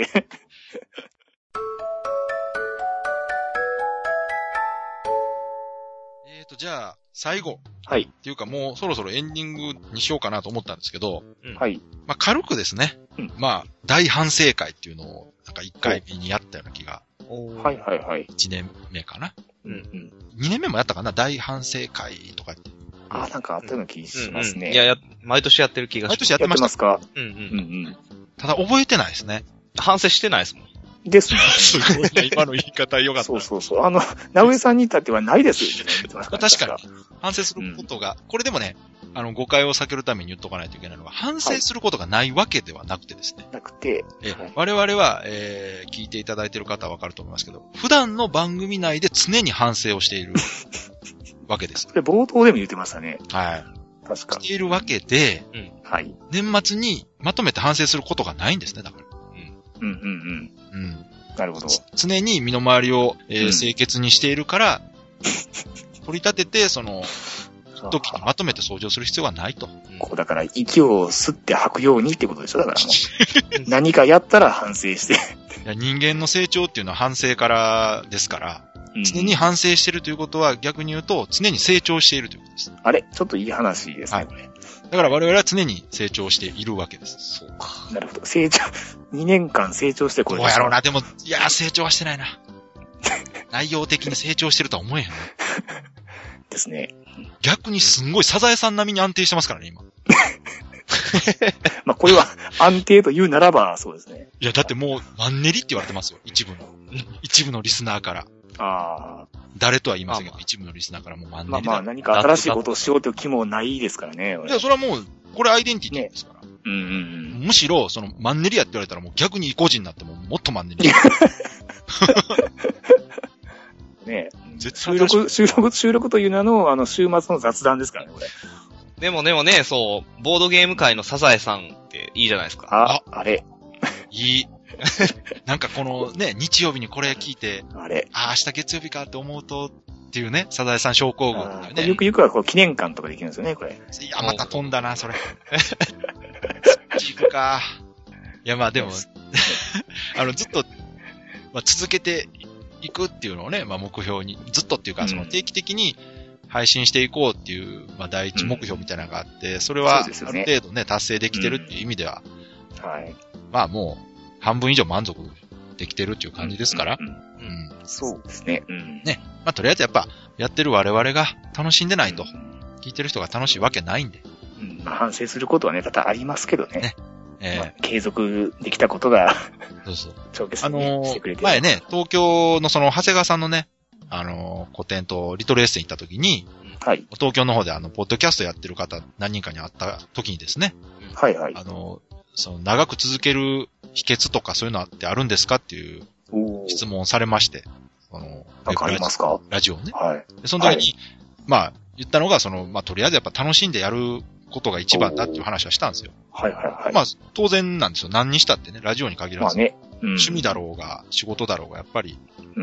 えーと、じゃあ、最後。 はい。 っていうかもうそろそろエンディングにしようかなと思ったんですけど。 はい。 まあ、軽くですね。うん、まあ、大反省会っていうのを、なんかいっかいめにやったような気が。 はいはいはい。 いちねんめかな。 うんうん。 にねんめもやったかな、大反省会とかって。 あ、なんかあったような気しますね。 うんうん、いや、や、毎年やってる気がします。 毎年やってました。 やってますか？ うんうん。うんうん。 ただ覚えてないですね。 反省してないですもん。 ですね。 すごいな、今の言い方良かった。 そうそうそう。あの、直江さんに至ってはないですよね。 確かに。反省することが、うん、これでもね、あの、誤解を避けるために言っとかないといけないのは、反省することがないわけではなくてですね。 はい、なくて。 え、はい、我々は、えー、聞いていただいている方はわかると思いますけど、普段の番組内で常に反省をしているわけです。 これ冒頭でも言ってましたね。 はい。 確かに。 しているわけで、 うん、はい。 年末にまとめて反省することがないんですね、だから。 うん。うんうんうん。うん。なるほど。 常に身の回りを、えーうん、清潔にしているから、取り立てて、その、時にまとめて掃除をする必要はないと。 こうだから息を吸って吐くようにってことでしょだからもう。何かやったら反省して。いや人間の成長っていうのは反省からですから、うん、常に反省しているということは逆に言うと常に成長しているということです。 あれちょっといい話ですね、はい、これ。 だから我々は常に成長しているわけです。 そうか。なるほど。成長、にねんかん成長してこれ。 どうやろうな。でも、いや、成長はしてないな。内容的に成長してるとは思えへんね。 ですね。 逆にすんごいサザエさん並みに安定してますからね、今。 まあ、これは安定と言うならば、そうですね。 いや、だってもう、マンネリって言われてますよ、一部の。一部のリスナーから。 ああ。 誰とは言いませんけど、まあまあ、一部のリスナーからもうマンネリだ。 まあまあ、何か新しいことをしようという気もないですからね。 いや、それはもう、これアイデンティティですから。 ね、うんうんうん。 むしろ、その、マンネリやって言われたらもう逆に意固地になってももっとマンネリ。 ねえ。収録、収録、収録という名の、あの、週末の雑談ですからね、これ。 でもでもね、そう、ボードゲーム界のサザエさんっていいじゃないですか。 あ、あれ。 いい。なんかこのね、日曜日にこれ聞いて、 あれ。 あ、明日月曜日かって思うと、っていうね、サザエさん症候群っていうね。 ゆくゆくはこう記念館とかできるんですよね、これ。 いや、また飛んだな、それ。行くか。いや、まあでも、あの、ずっと、まあ、続けていくっていうのをね、まあ目標に、ずっとっていうか、その定期的に配信していこうっていう、まあ第一目標みたいなのがあって、それはある程度ね、達成できてるっていう意味では、 はい。 まあもう、半分以上満足できてるっていう感じですから。 うん。うん、そうですね。うん。 ね。まあとりあえずやっぱ、やってる我々が楽しんでないと、聞いてる人が楽しいわけないんで。 うん。まあ反省することはね、多々ありますけどね。 ね。えーまあ、継続できたことが、 そうそう。 長期戦にしてくれてる。 前ね、東京のその、長谷川さんのね、あのー、個展とリトルエッセン行った時に、 はい。 東京の方であの、ポッドキャストやってる方何人かに会った時にですね、 はいはい。 あのー、その、長く続ける秘訣とかそういうのってあるんですかっていう質問をされまして、 その、なんかありますか？ ラジオね。 はい。 でその時に、はい、まあ、言ったのが、その、まあ、とりあえずやっぱ楽しんでやることが一番だっていう話はしたんですよ。 はいはいはい。 まあ、当然なんですよ。何にしたってね、ラジオに限らず。 まあね。 うん、趣味だろうが、仕事だろうが、やっぱり、 うん。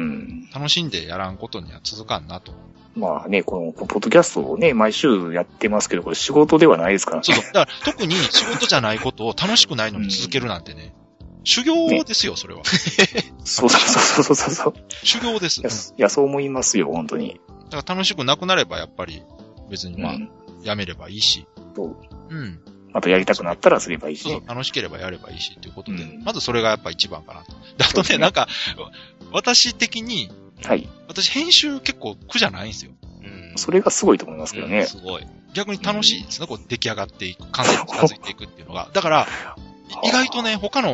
楽しんでやらんことには続かんなと。 まあね、この、ポッドキャストをね、毎週やってますけど、これ仕事ではないですからね。 そうそう。だから、特に仕事じゃないことを楽しくないのに続けるなんてね、うん、修行ですよ、ね、それは。 そうそうそうそうそう。 修行です。 いや、いやそう思いますよ、本当に。 だから楽しくなくなれば、やっぱり、別にまあ、うん、やめればいいし。 そう。 うん。 あとやりたくなったらすればいいし、 ね。そうそう、楽しければやればいいし、ということで、うん、まずそれがやっぱ一番かなと。で、あとね、ねなんか、私的に、 はい。 私編集結構苦じゃないんですよ。 うん。それがすごいと思いますけどね。うん、 すごい。 逆に楽しいですね、こう出来上がっていく、完成に近づいていくっていうのが。だから、意外とね、他の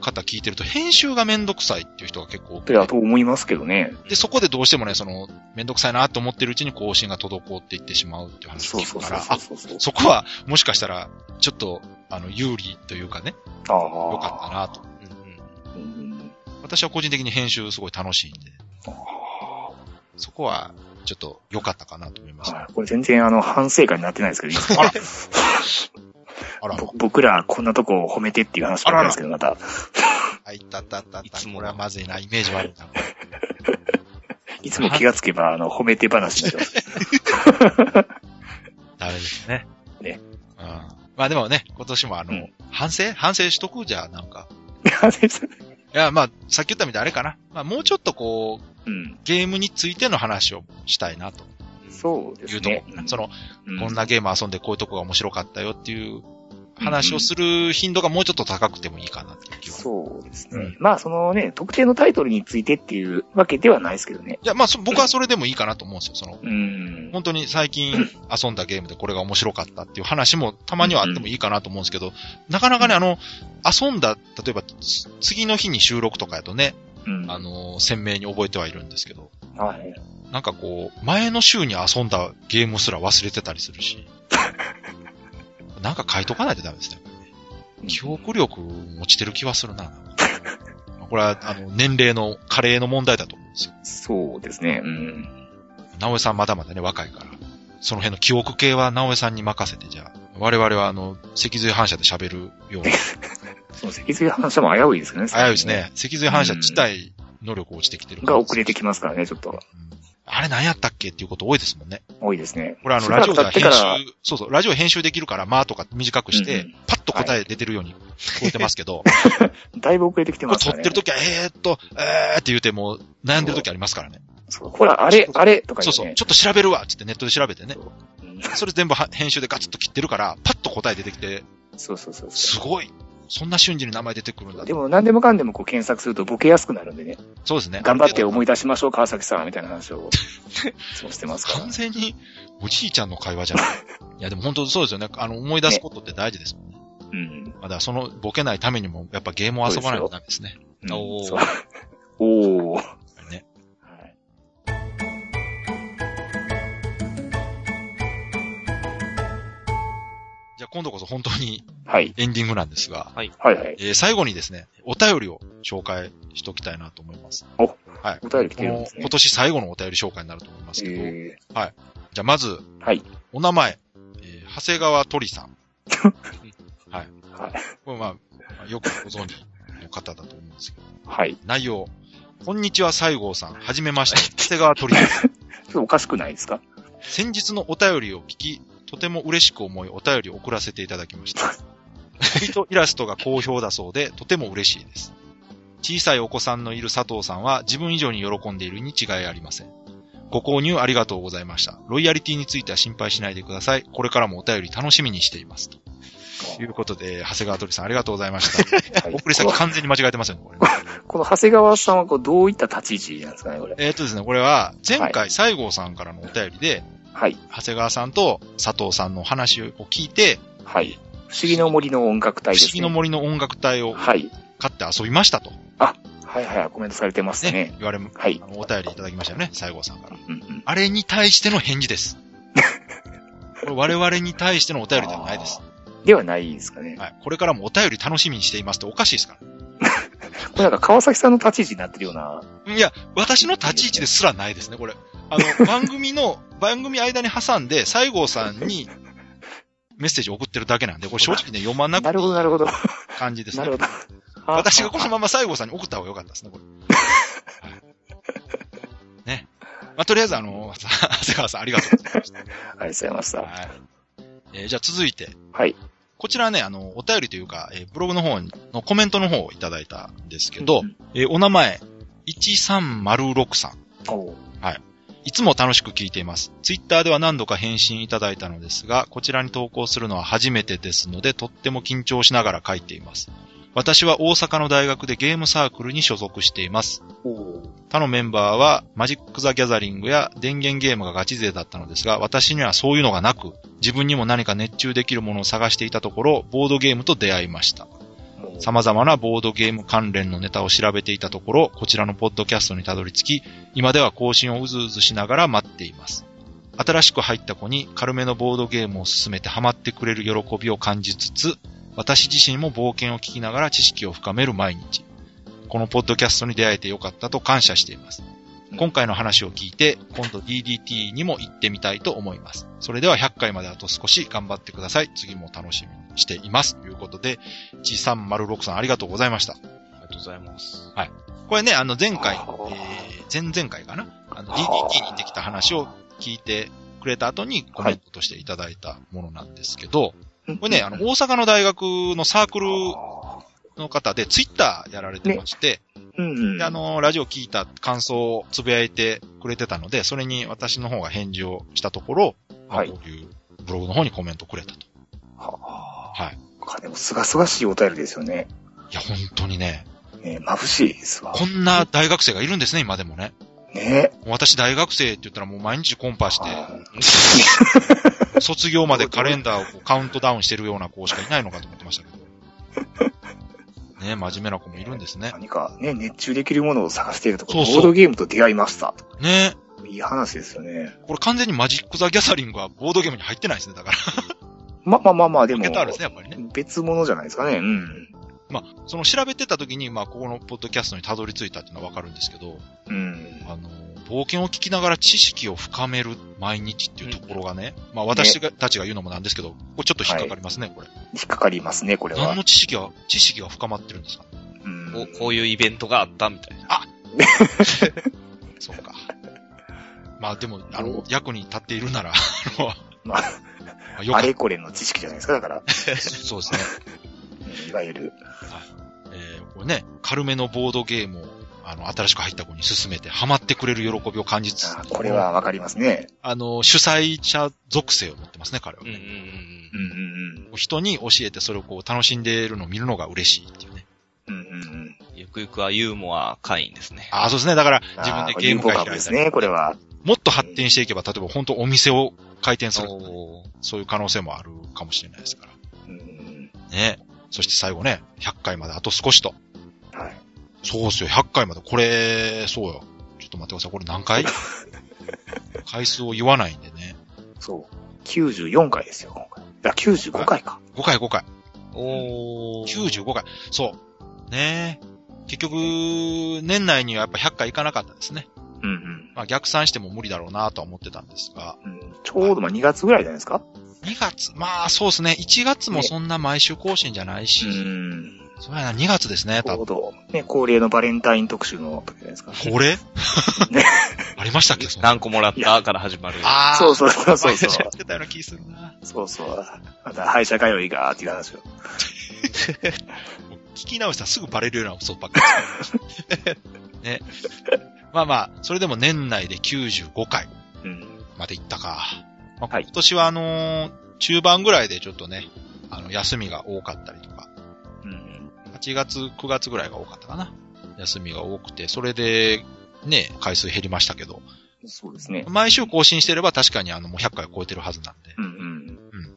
方聞いてると、編集がめんどくさいっていう人が結構多くて。 いや、と思いますけどね。 で、そこでどうしてもね、その、めんどくさいなと思ってるうちに更新が滞っていってしまうっていう話を聞くから、あ、そこは、もしかしたら、ちょっと、あの、有利というかね、ああ。よかったなと、うんうんうん。私は個人的に編集すごい楽しいんで、そこは、ちょっと良かったかなと思いました。 これ全然あの、反省会になってないですけど、いいですかあら僕らこんなとこを褒めてっていう話ばっかりですけど、また。 あ、いったったったった。これはまずいな、イメージ悪いな。 いつも気がつけば、あの、褒めて話になってます。 ダメですね。 ね。 うん。まあでもね、今年もあの、うん、反省反省しとくじゃ、なんか。 反省するいや、まあ、さっき言ったみたいにあれかな。まあ、もうちょっとこう、うん、ゲームについての話をしたいなと。 そうですね。 いうとこ。その、うん、こんなゲーム遊んでこういうとこが面白かったよっていう話をする頻度がもうちょっと高くてもいいかなっていう気は。 そうですね。うん、まあ、そのね、特定のタイトルについてっていうわけではないですけどね。 いや、まあ、僕はそれでもいいかなと思うんですよ。その、うん、本当に最近遊んだゲームでこれが面白かったっていう話もたまにはあってもいいかなと思うんですけど、うん、なかなかね、あの、遊んだ、例えば、次の日に収録とかやとね、うん、あの、鮮明に覚えてはいるんですけど、はい。なんかこう、前の週に遊んだゲームすら忘れてたりするし、なんか書いとかないとダメですね。記憶力落ちてる気はするな。これは、あの、年齢の、加齢の問題だと思うんですよ。 そうですね。うん。 直江さんまだまだね、若いから。その辺の記憶系は直江さんに任せて、じゃあ、我々はあの、脊髄反射で喋るような。 そう、脊髄反射も危ういですね。 危ういですね。脊髄反射自体、能力落ちてきてるから。が遅れてきますからね、ちょっと。うん、 あれ何やったっけっていうこと多いですもんね。 多いですね。 これあの、ラジオで編集、そうそう、ラジオ編集できるから、まあとか短くして、うんうん、パッと答え出てるように聞こえてますけど。 はい、だいぶ遅れてきてますからね。 撮ってるときは、えーっと、えーって言うても、悩んでるときありますからね。 そう、ほら、あれ、あれとか言って、ね。 そうそう、ちょっと調べるわってネットで調べてね。そ, うん、それ全部編集でガツッと切ってるから、パッと答え出てきて。 そうそうそうそう。 すごい。そんな瞬時に名前出てくるんだ。 でも何でもかんでもこう検索するとボケやすくなるんでね。 そうですね。 頑張って思い出しましょう、川崎さんみたいな話をそうしてますから。 完全におじいちゃんの会話じゃない。いやでも本当そうですよね。あの思い出すことって大事ですもんね。うん。まだそのボケないためにもやっぱゲームを遊ばないとダメですね。 うん、おー。おー。ね。はい。 じゃあ今度こそ本当にはい。 エンディングなんですが、 はい。はいはい。 えー、最後にですね、お便りを紹介しておきたいなと思います。 お、はい。お便り来てるんですね。 今年最後のお便り紹介になると思いますけど、えー、はい。じゃあまず、 はい。 お名前、えー、長谷川鳥さん。はい。はい。これまあ、よくご存知の方だと思うんですけど、 はい。 内容、こんにちは西郷さん、はじめまして、長谷川鳥です。 それおかしくないですか？ 先日のお便りを聞き、とても嬉しく思いお便りを送らせていただきました。鳥とイラストが好評だそうで、とても嬉しいです。小さいお子さんのいる佐藤さんは自分以上に喜んでいるに違いありません。ご購入ありがとうございました。ロイヤリティについては心配しないでください。これからもお便り楽しみにしています。ということで、長谷川鳥さんありがとうございました。はい、送り先完全に間違えてますよね、これ、ね。 この長谷川さんはこうどういった立ち位置なんですかね、これ。 えー、っとですね、これは前回西郷さんからのお便りで、はい。長谷川さんと佐藤さんの話を聞いて、 はい。不思議の森の音楽隊ですね。 不思議の森の音楽隊を買って遊びましたと。 あ、はいはい、コメントされてますね。ね、 言われ、はい。あのお便りいただきましたよね、西郷さんから。うんうん、あれに対しての返事です。これ我々に対してのお便りではないです。 ではないですかね。 はい。これからもお便り楽しみにしていますっておかしいですから。 これなんか川崎さんの立ち位置になってるような。 いや、私の立ち位置ですらないですね、これ。あの、番組の、番組間に挟んで、西郷さんにメッセージを送ってるだけなんで、これ正直ね、読まなくていい感じですね。なるほど、なるほど。私がこのまま西郷さんに送った方が良かったですね、これ。はい、ね。まあ、とりあえずあの、長谷川さんありがとうございました。ありがとうございました。はい。 えー、じゃあ続いて。 はい。 こちらね、あの、お便りというか、えー、ブログの方のコメントの方をいただいたんですけど、うん、えー、お名前、いちさんまるろくさん。はい。いつも楽しく聞いています。ツイッターでは何度か返信いただいたのですが、こちらに投稿するのは初めてですので、とっても緊張しながら書いています。私は大阪の大学でゲームサークルに所属しています。他のメンバーはマジック・ザ・ギャザリングや電源ゲームがガチ勢だったのですが、私にはそういうのがなく、自分にも何か熱中できるものを探していたところ、ボードゲームと出会いました。 様々なボードゲーム関連のネタを調べていたところ、こちらのポッドキャストにたどり着き、今では更新をうずうずしながら待っています。新しく入った子に軽めのボードゲームを進めてハマってくれる喜びを感じつつ、私自身も冒険を聞きながら知識を深める毎日。このポッドキャストに出会えてよかったと感謝しています。今回の話を聞いて、今度 ディーディーティー にも行ってみたいと思います。それではひゃっかいまであと少し頑張ってください。次も楽しみにしています。ということで、いちさんまるろくさんありがとうございました。ありがとうございます。 はい。これね、あの前回、えー、前々回かなあの ディーディーティー に行ってきた話を聞いてくれた後にコメントとしていただいたものなんですけど、はい、これね、あの、大阪の大学のサークルの方でツイッターやられてまして、ねうんうん、であの、ラジオ聞いた感想をつぶやいてくれてたので、それに私の方が返事をしたところ、はい、こういうブログの方にコメントくれたと。 はあ、はい。でも、すがすがしいお便りですよね。 いや、本当にね。 ね眩しいですわ。 こんな大学生がいるんですね、今でもね。 ね私大学生って言ったらもう毎日コンパして、卒業までカレンダーをカウントダウンしてるような子しかいないのかと思ってましたけど。ね、真面目な子もいるんですね。 何かね、熱中できるものを探しているところ、ボードゲームと出会いました。 ね。 いい話ですよね。 これ完全にマジック・ザ・ギャザリングはボードゲームに入ってないですね、だから。 ま、まあまあまあ、でも、 ね、やっぱりね、 別物じゃないですかね。うん。 まあ、その調べてた時に、まあ、ここのポッドキャストにたどり着いたっていうのはわかるんですけど、 うん。 あの、冒険を聞きながら知識を深める毎日っていうところがね、うん、まあ私が、ね、たちが言うのもなんですけど、これちょっと引っかかりますね、はい、これ。 引っかかりますね、これは。 何の知識が、知識が深まってるんですか？ うん。こう、こういうイベントがあったみたいな。 あそうか。まあでも、あの、役に立っているなら、あの、 まあ、あれこれの知識じゃないですか、だから。 そうですね。 いわゆる。 はい。えー、これね、軽めのボードゲームを、あの、新しく入った子に勧めて、ハマってくれる喜びを感じつつ。 これはわかりますね。 あの、主催者属性を持ってますね、彼はね。 うんうんうんうんうん。人に教えてそれをこう楽しんでいるのを見るのが嬉しいっていうね。 うんうんうん。 ゆくゆくはユーモア会員ですね。 ああ、そうですね。だから自分でゲーム会開いたり。 ですね、これは。 もっと発展していけば、例えば本当お店を開店する、そういう可能性もあるかもしれないですから。 うん、 ね。そして最後ね、ひゃっかいまであと少しと。 はい。 そうですよ、ひゃっかいまで。これ、そうよ。ちょっと待ってください。これ何回回数を言わないんでね。 そう。きゅうじゅうよんかいですよ、今回。いや、きゅうじゅうごかいか。 ごかい、ごかい。 おー。 きゅうじゅうごかい。そう。ね結局、年内にはやっぱひゃっかいいかなかったですね。 うんうん。 まあ逆算しても無理だろうなとは思ってたんですが。 うん、ちょうどまあにがつぐらいじゃないですか？ に 月。まあそうですね。いちがつもそんな毎週更新じゃないし。 ね、うん。 そうやな、にがつですね、 ちょうど。ね、恒例のバレンタイン特集の時じゃないですか。 恒例ね。ありましたっけ？ 何個もらったから始まる。 ああ。そうそうそうそう。 やってたような気するな。 そうそう。また歯医者通いがーっていう話を。 聞き直したらすぐバレるような嘘ばっかり。ね。まあまあ、それでも年内できゅうじゅうごかいまで行ったか。うんまあ、今年はあのー、中盤ぐらいでちょっとね、あの、休みが多かったりとか。 うん、 はちがつ、くがつぐらいが多かったかな。休みが多くて、それで、ね、回数減りましたけど。 そうですね。 毎週更新してれば確かにあの、もうひゃっかいを超えてるはずなんで。 うんうん。 うん。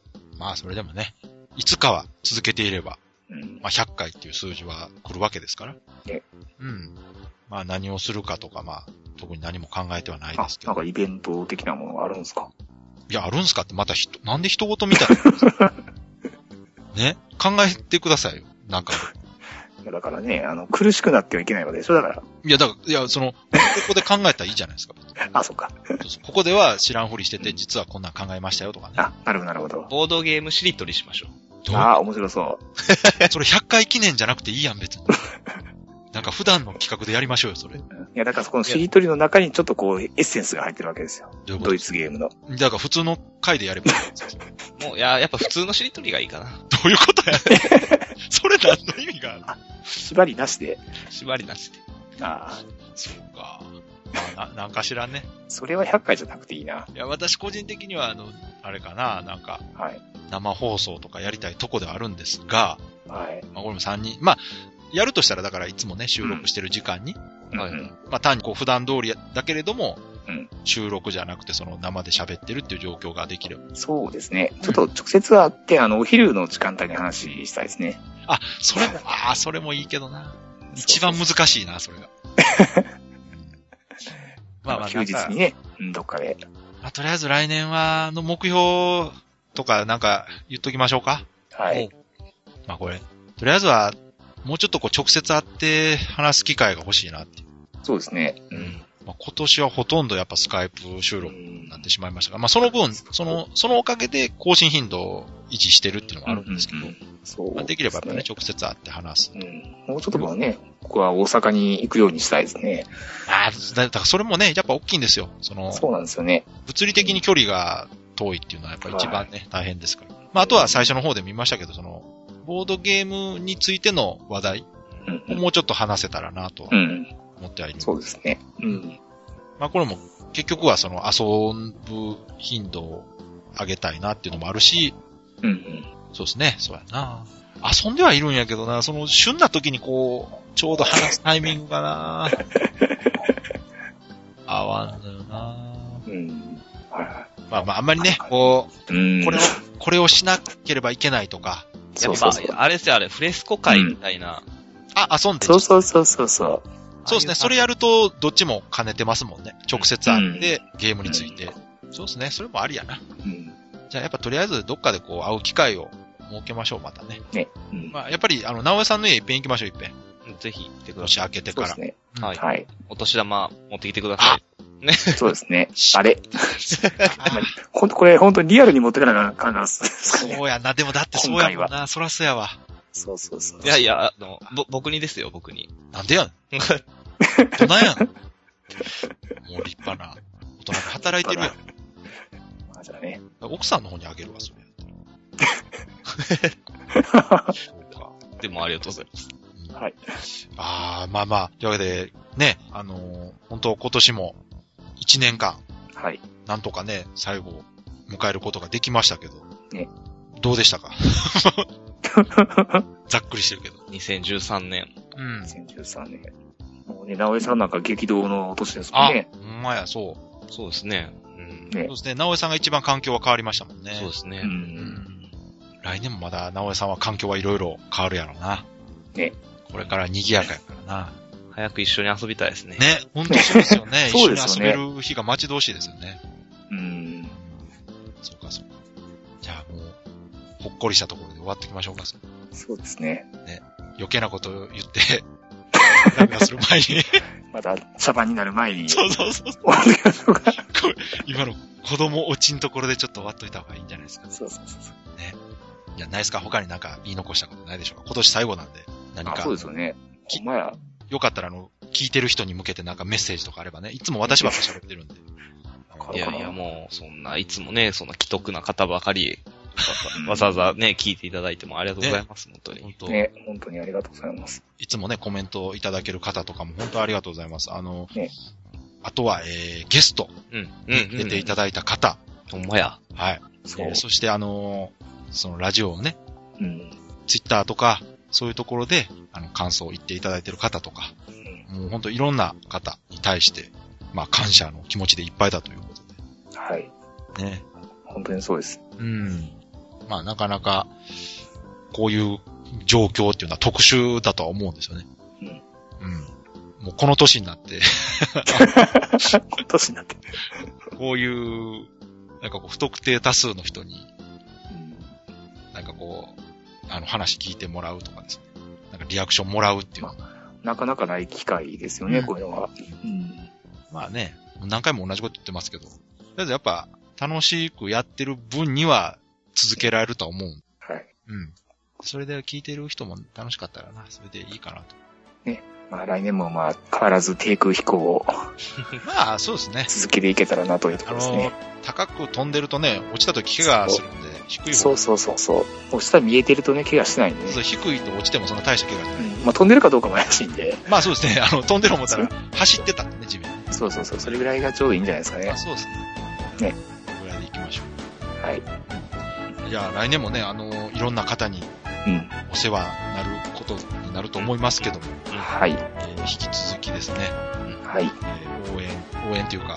まあ、それでもね、いつかは続けていれば、 うん、 まあ、ひゃっかいっていう数字は来るわけですから。 ね。 うん。まあ、何をするかとか、まあ、特に何も考えてはないですけど。 あ、なんかイベント的なものがあるんですか？ いや、あるんすかってまた人、なんで人事みたいな。ね考えてくださいよ。なんか。 だからね、あの、苦しくなってはいけないわけでしょだから。 いや、だから、いや、その、ここで考えたらいいじゃないですか。 あ、そうか。 そうそうここでは知らんふりしてて、実はこんなん考えましたよとかね。 あ、なるほど、なるほど。 ボードゲームしりとりしましょう。ああ、面白そう。 それひゃっかい記念じゃなくていいやん、別に。なんか普段の企画でやりましょうよ、それ。いや、だからそこのしりとりの中にちょっとこう、エッセンスが入ってるわけですよ。どういうことドイツゲームの。 だから普通の回でやればいい。 もう、いや、やっぱ普通のしりとりがいいかな。 どういうことやそれ何の意味があるの？ 縛りなしで。 縛りなしで。 ああ。 そうか。まあ、な、なんかしらんね。 それはひゃっかいじゃなくていいな。 いや、私個人的には、あの、あれかな、なんか、 はい。 生放送とかやりたいとこではあるんですが、 はい。 まあ、俺もさんにん、まあ、やるとしたら、だからいつもね、収録してる時間に、 うん、 はい。まあ、単にこう、普段通りだけれども、 うん、 収録じゃなくてその生で喋ってるっていう状況ができる。 そうですね。ちょっと直接会って、あの、お昼の時間帯に話したいですね。 あ、それも、ああ、それもいいけどな。一番難しいな、それが。 まあまあ、休日にね、どっかで。 まあ、とりあえず来年は、の目標とかなんか言っときましょうか。 はい。 まあこれ、とりあえずは、もうちょっとこう直接会って話す機会が欲しいなっていう。 そうですね。 うん。まあ、今年はほとんどやっぱスカイプ収録になってしまいましたが、まあその分、その、そのおかげで更新頻度を維持してるっていうのもあるんですけど、うんうんうん、そう、ね。まあ、できればやっぱね、直接会って話す。 うん。もうちょっとね、僕は大阪に行くようにしたいですね。 ああ、だからそれもね、やっぱ大きいんですよ。その、 そうなんですよね。 物理的に距離が遠いっていうのはやっぱり一番ね、はい、大変ですから。まああとは最初の方で見ましたけど、その、ボードゲームについての話題をもうちょっと話せたらなとは思ってはいる、うん。 そうですね。うん。 まあこれも結局はその遊ぶ頻度を上げたいなっていうのもあるし、 うんうん、 そうですね、そうやな。遊んではいるんやけどな、その旬な時にこう、ちょうど話すタイミングがな、合わんのよな。 うん。 まあまああんまりね、こう、うん、これを、これをしなければいけないとか、 やっぱ、あれですよ、あれ、フレスコ会みたいな。うん、 あ、遊んでそうそうそうそうそう。 そうですね、それやると、どっちも兼ねてますもんね。直接会って、ゲームについて、うん。そうですね、それもありやな。 うん、 じゃあやっぱとりあえずどっかでこう会う機会を設けましょう、またね。 ね。うん、 まあやっぱり、あの、直江さんの家いっぺん行きましょう、いっぺん。 ぜひ行ってください。 年明けてから。 そうですね。 うん、 はい。はい。 お年玉持ってきてください。 ね。そうですね。あれ。ほんと、これ本当にリアルに持ってかなあかんな。 そうやな。でもだってそうやもんな。そらそうやわ。 そうそうそう。 いやいや、あの、ぼ、僕にですよ、僕に。 なんでやん。どないやん。もう立派な。大人で働いてるやん。 まあじゃあね。 奥さんの方にあげるわ、それ。 そうか。でもありがとうございます。 はい。 ああ、まあまあ、というわけで、ね、あのー、本当今年も一年間、 はい。 なんとかね、最後、迎えることができましたけど、 ね。 どうでしたかざっくりしてるけど。 にせんじゅうさんねん。 うん。 にせんじゅうさんねん。もうね、直江さんなんか激動の年ですもんね。 あ、ほんまや、そう。 そうですね。うん。 ね、そうですね。直江さんが一番環境は変わりましたもんね。 そうですね。 うん。うん、 来年もまだ直江さんは環境はいろいろ変わるやろうな。 ね。 これから賑やかやからな。 早く一緒に遊びたいですね。 ね、ほんとそうですよね。一緒に遊べる日が待ち遠しいですよね。 うん。 そうか、そうか。じゃあもう、ほっこりしたところで終わっていきましょうか。 そうですね。 ね。余計なことを言って、何かする前に。 また、茶番になる前に。 そうそうそう。終わっていきましょうか。 今の子供落ちんところでちょっと終わっといた方がいいんじゃないですか。 そうそうそう。 ね。いや、ないですか？他になんか言い残したことないでしょうか？今年最後なんで。何か。 あ、そうですよね。ほんまや。 よかったら、あの、聞いてる人に向けてなんかメッセージとかあればね、いつも私ばっか喋ってるんで。 いやいや、もう、そんな、いつもね、そんな既得な方ばかり、わざわざね、聞いていただいてもありがとうございます、ね、本当に。 本当ね、本当にありがとうございます。 いつもね、コメントをいただける方とかも本当ありがとうございます。あの、 ね、 あとは、えー、ゲスト、 うん、 うん、出ていただいた方。 ほんまや。 はい。そう。えー、そして、あのー、そのラジオをね、 うん、 ツイッターとか、そういうところで、あの、感想を言っていただいている方とか、うん、もう本当いろんな方に対して、まあ、感謝の気持ちでいっぱいだということで。 はい。 ね。 本当にそうです。 うん。まあ、なかなか、こういう状況っていうのは特殊だとは思うんですよね。 うん。 うん。もうこの年になって。 この年になって。 こういう、なんかこう、不特定多数の人に、うん、なんかこう、あの話聞いてもらうとかですね。なんかリアクションもらうっていうのは、まあ、 なかなかない機会ですよね、うん、こういうのは。うん、 まあね、何回も同じこと言ってますけど、とりあえずやっぱ楽しくやってる分には続けられるとは思う。 はい。 うん。それで聞いてる人も楽しかったらな、それでいいかなと。 ね。まあ来年もまあ変わらず低空飛行をまあそうですね。 続けていけたらなというところですね。 あの高く飛んでるとね、落ちたとき怪我するんで、低い方。 そうそうそうそう。落ちたら見えてるとね、怪我しないんで、ね。 そう、低いと落ちてもそんな大した怪我しない。 うん、まあ飛んでるかどうかも怪しいんで。 まあそうですね。あの、飛んでる思ったら走ってたんでね、地面。 そうそうそう。それぐらいがちょうどいいんじゃないですかね。 あ、そうですね。 ね。 ぐらいで行きましょう。はい。 じゃあ来年もね、あの、いろんな方に、お世話になることになると思いますけども。 はい。 えー、引き続きですね。 はい。 えー、応援、応援というか、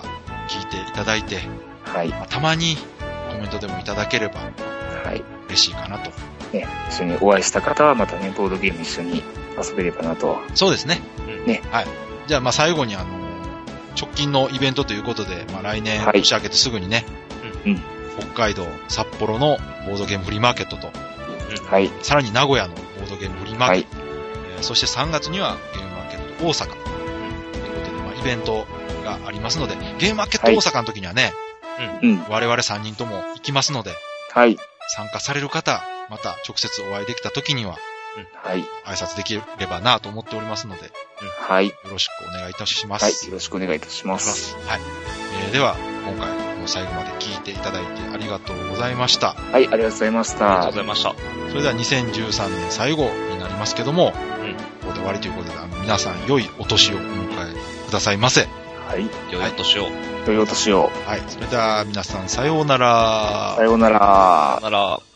聞いていただいて、 はい。 まあ、たまにコメントでもいただければ、 はい。 嬉しいかなと。 ね、一緒にお会いした方はまたね、ボードゲーム一緒に遊べればなと。 そうですね。 ね。 はい。じゃあ、まあ最後にあの、直近のイベントということで、まあ来年年明けてすぐにね、 うん。 北海道、札幌のボードゲームフリーマーケットと、 はい。 さらに名古屋のボードゲームフリーマーケット、はい、えー、そしてさんがつにはゲームマーケット大阪ということで、まあイベントがありますので、ゲームマーケット大阪の時にはね、 うん、 我々さんにんとも行きますので、 はい。 参加される方、また直接お会いできた時には、 はい。 挨拶できればなと思っておりますので、 はい。よろしくお願いいたします。 はい。よろしくお願いいたします。 はい。えー、では、今回も最後まで聞いていただいてありがとうございました。 はい、ありがとうございました。 ありがとうございました。 それではにせんじゅうさんねん最後になりますけども、うん、ここで終わりということで、あの皆さん良いお年をお迎えくださいませ。 はい。 良いお年を。 良いお年を。 はい。それでは皆さんさようなら。 さようなら。 さようなら。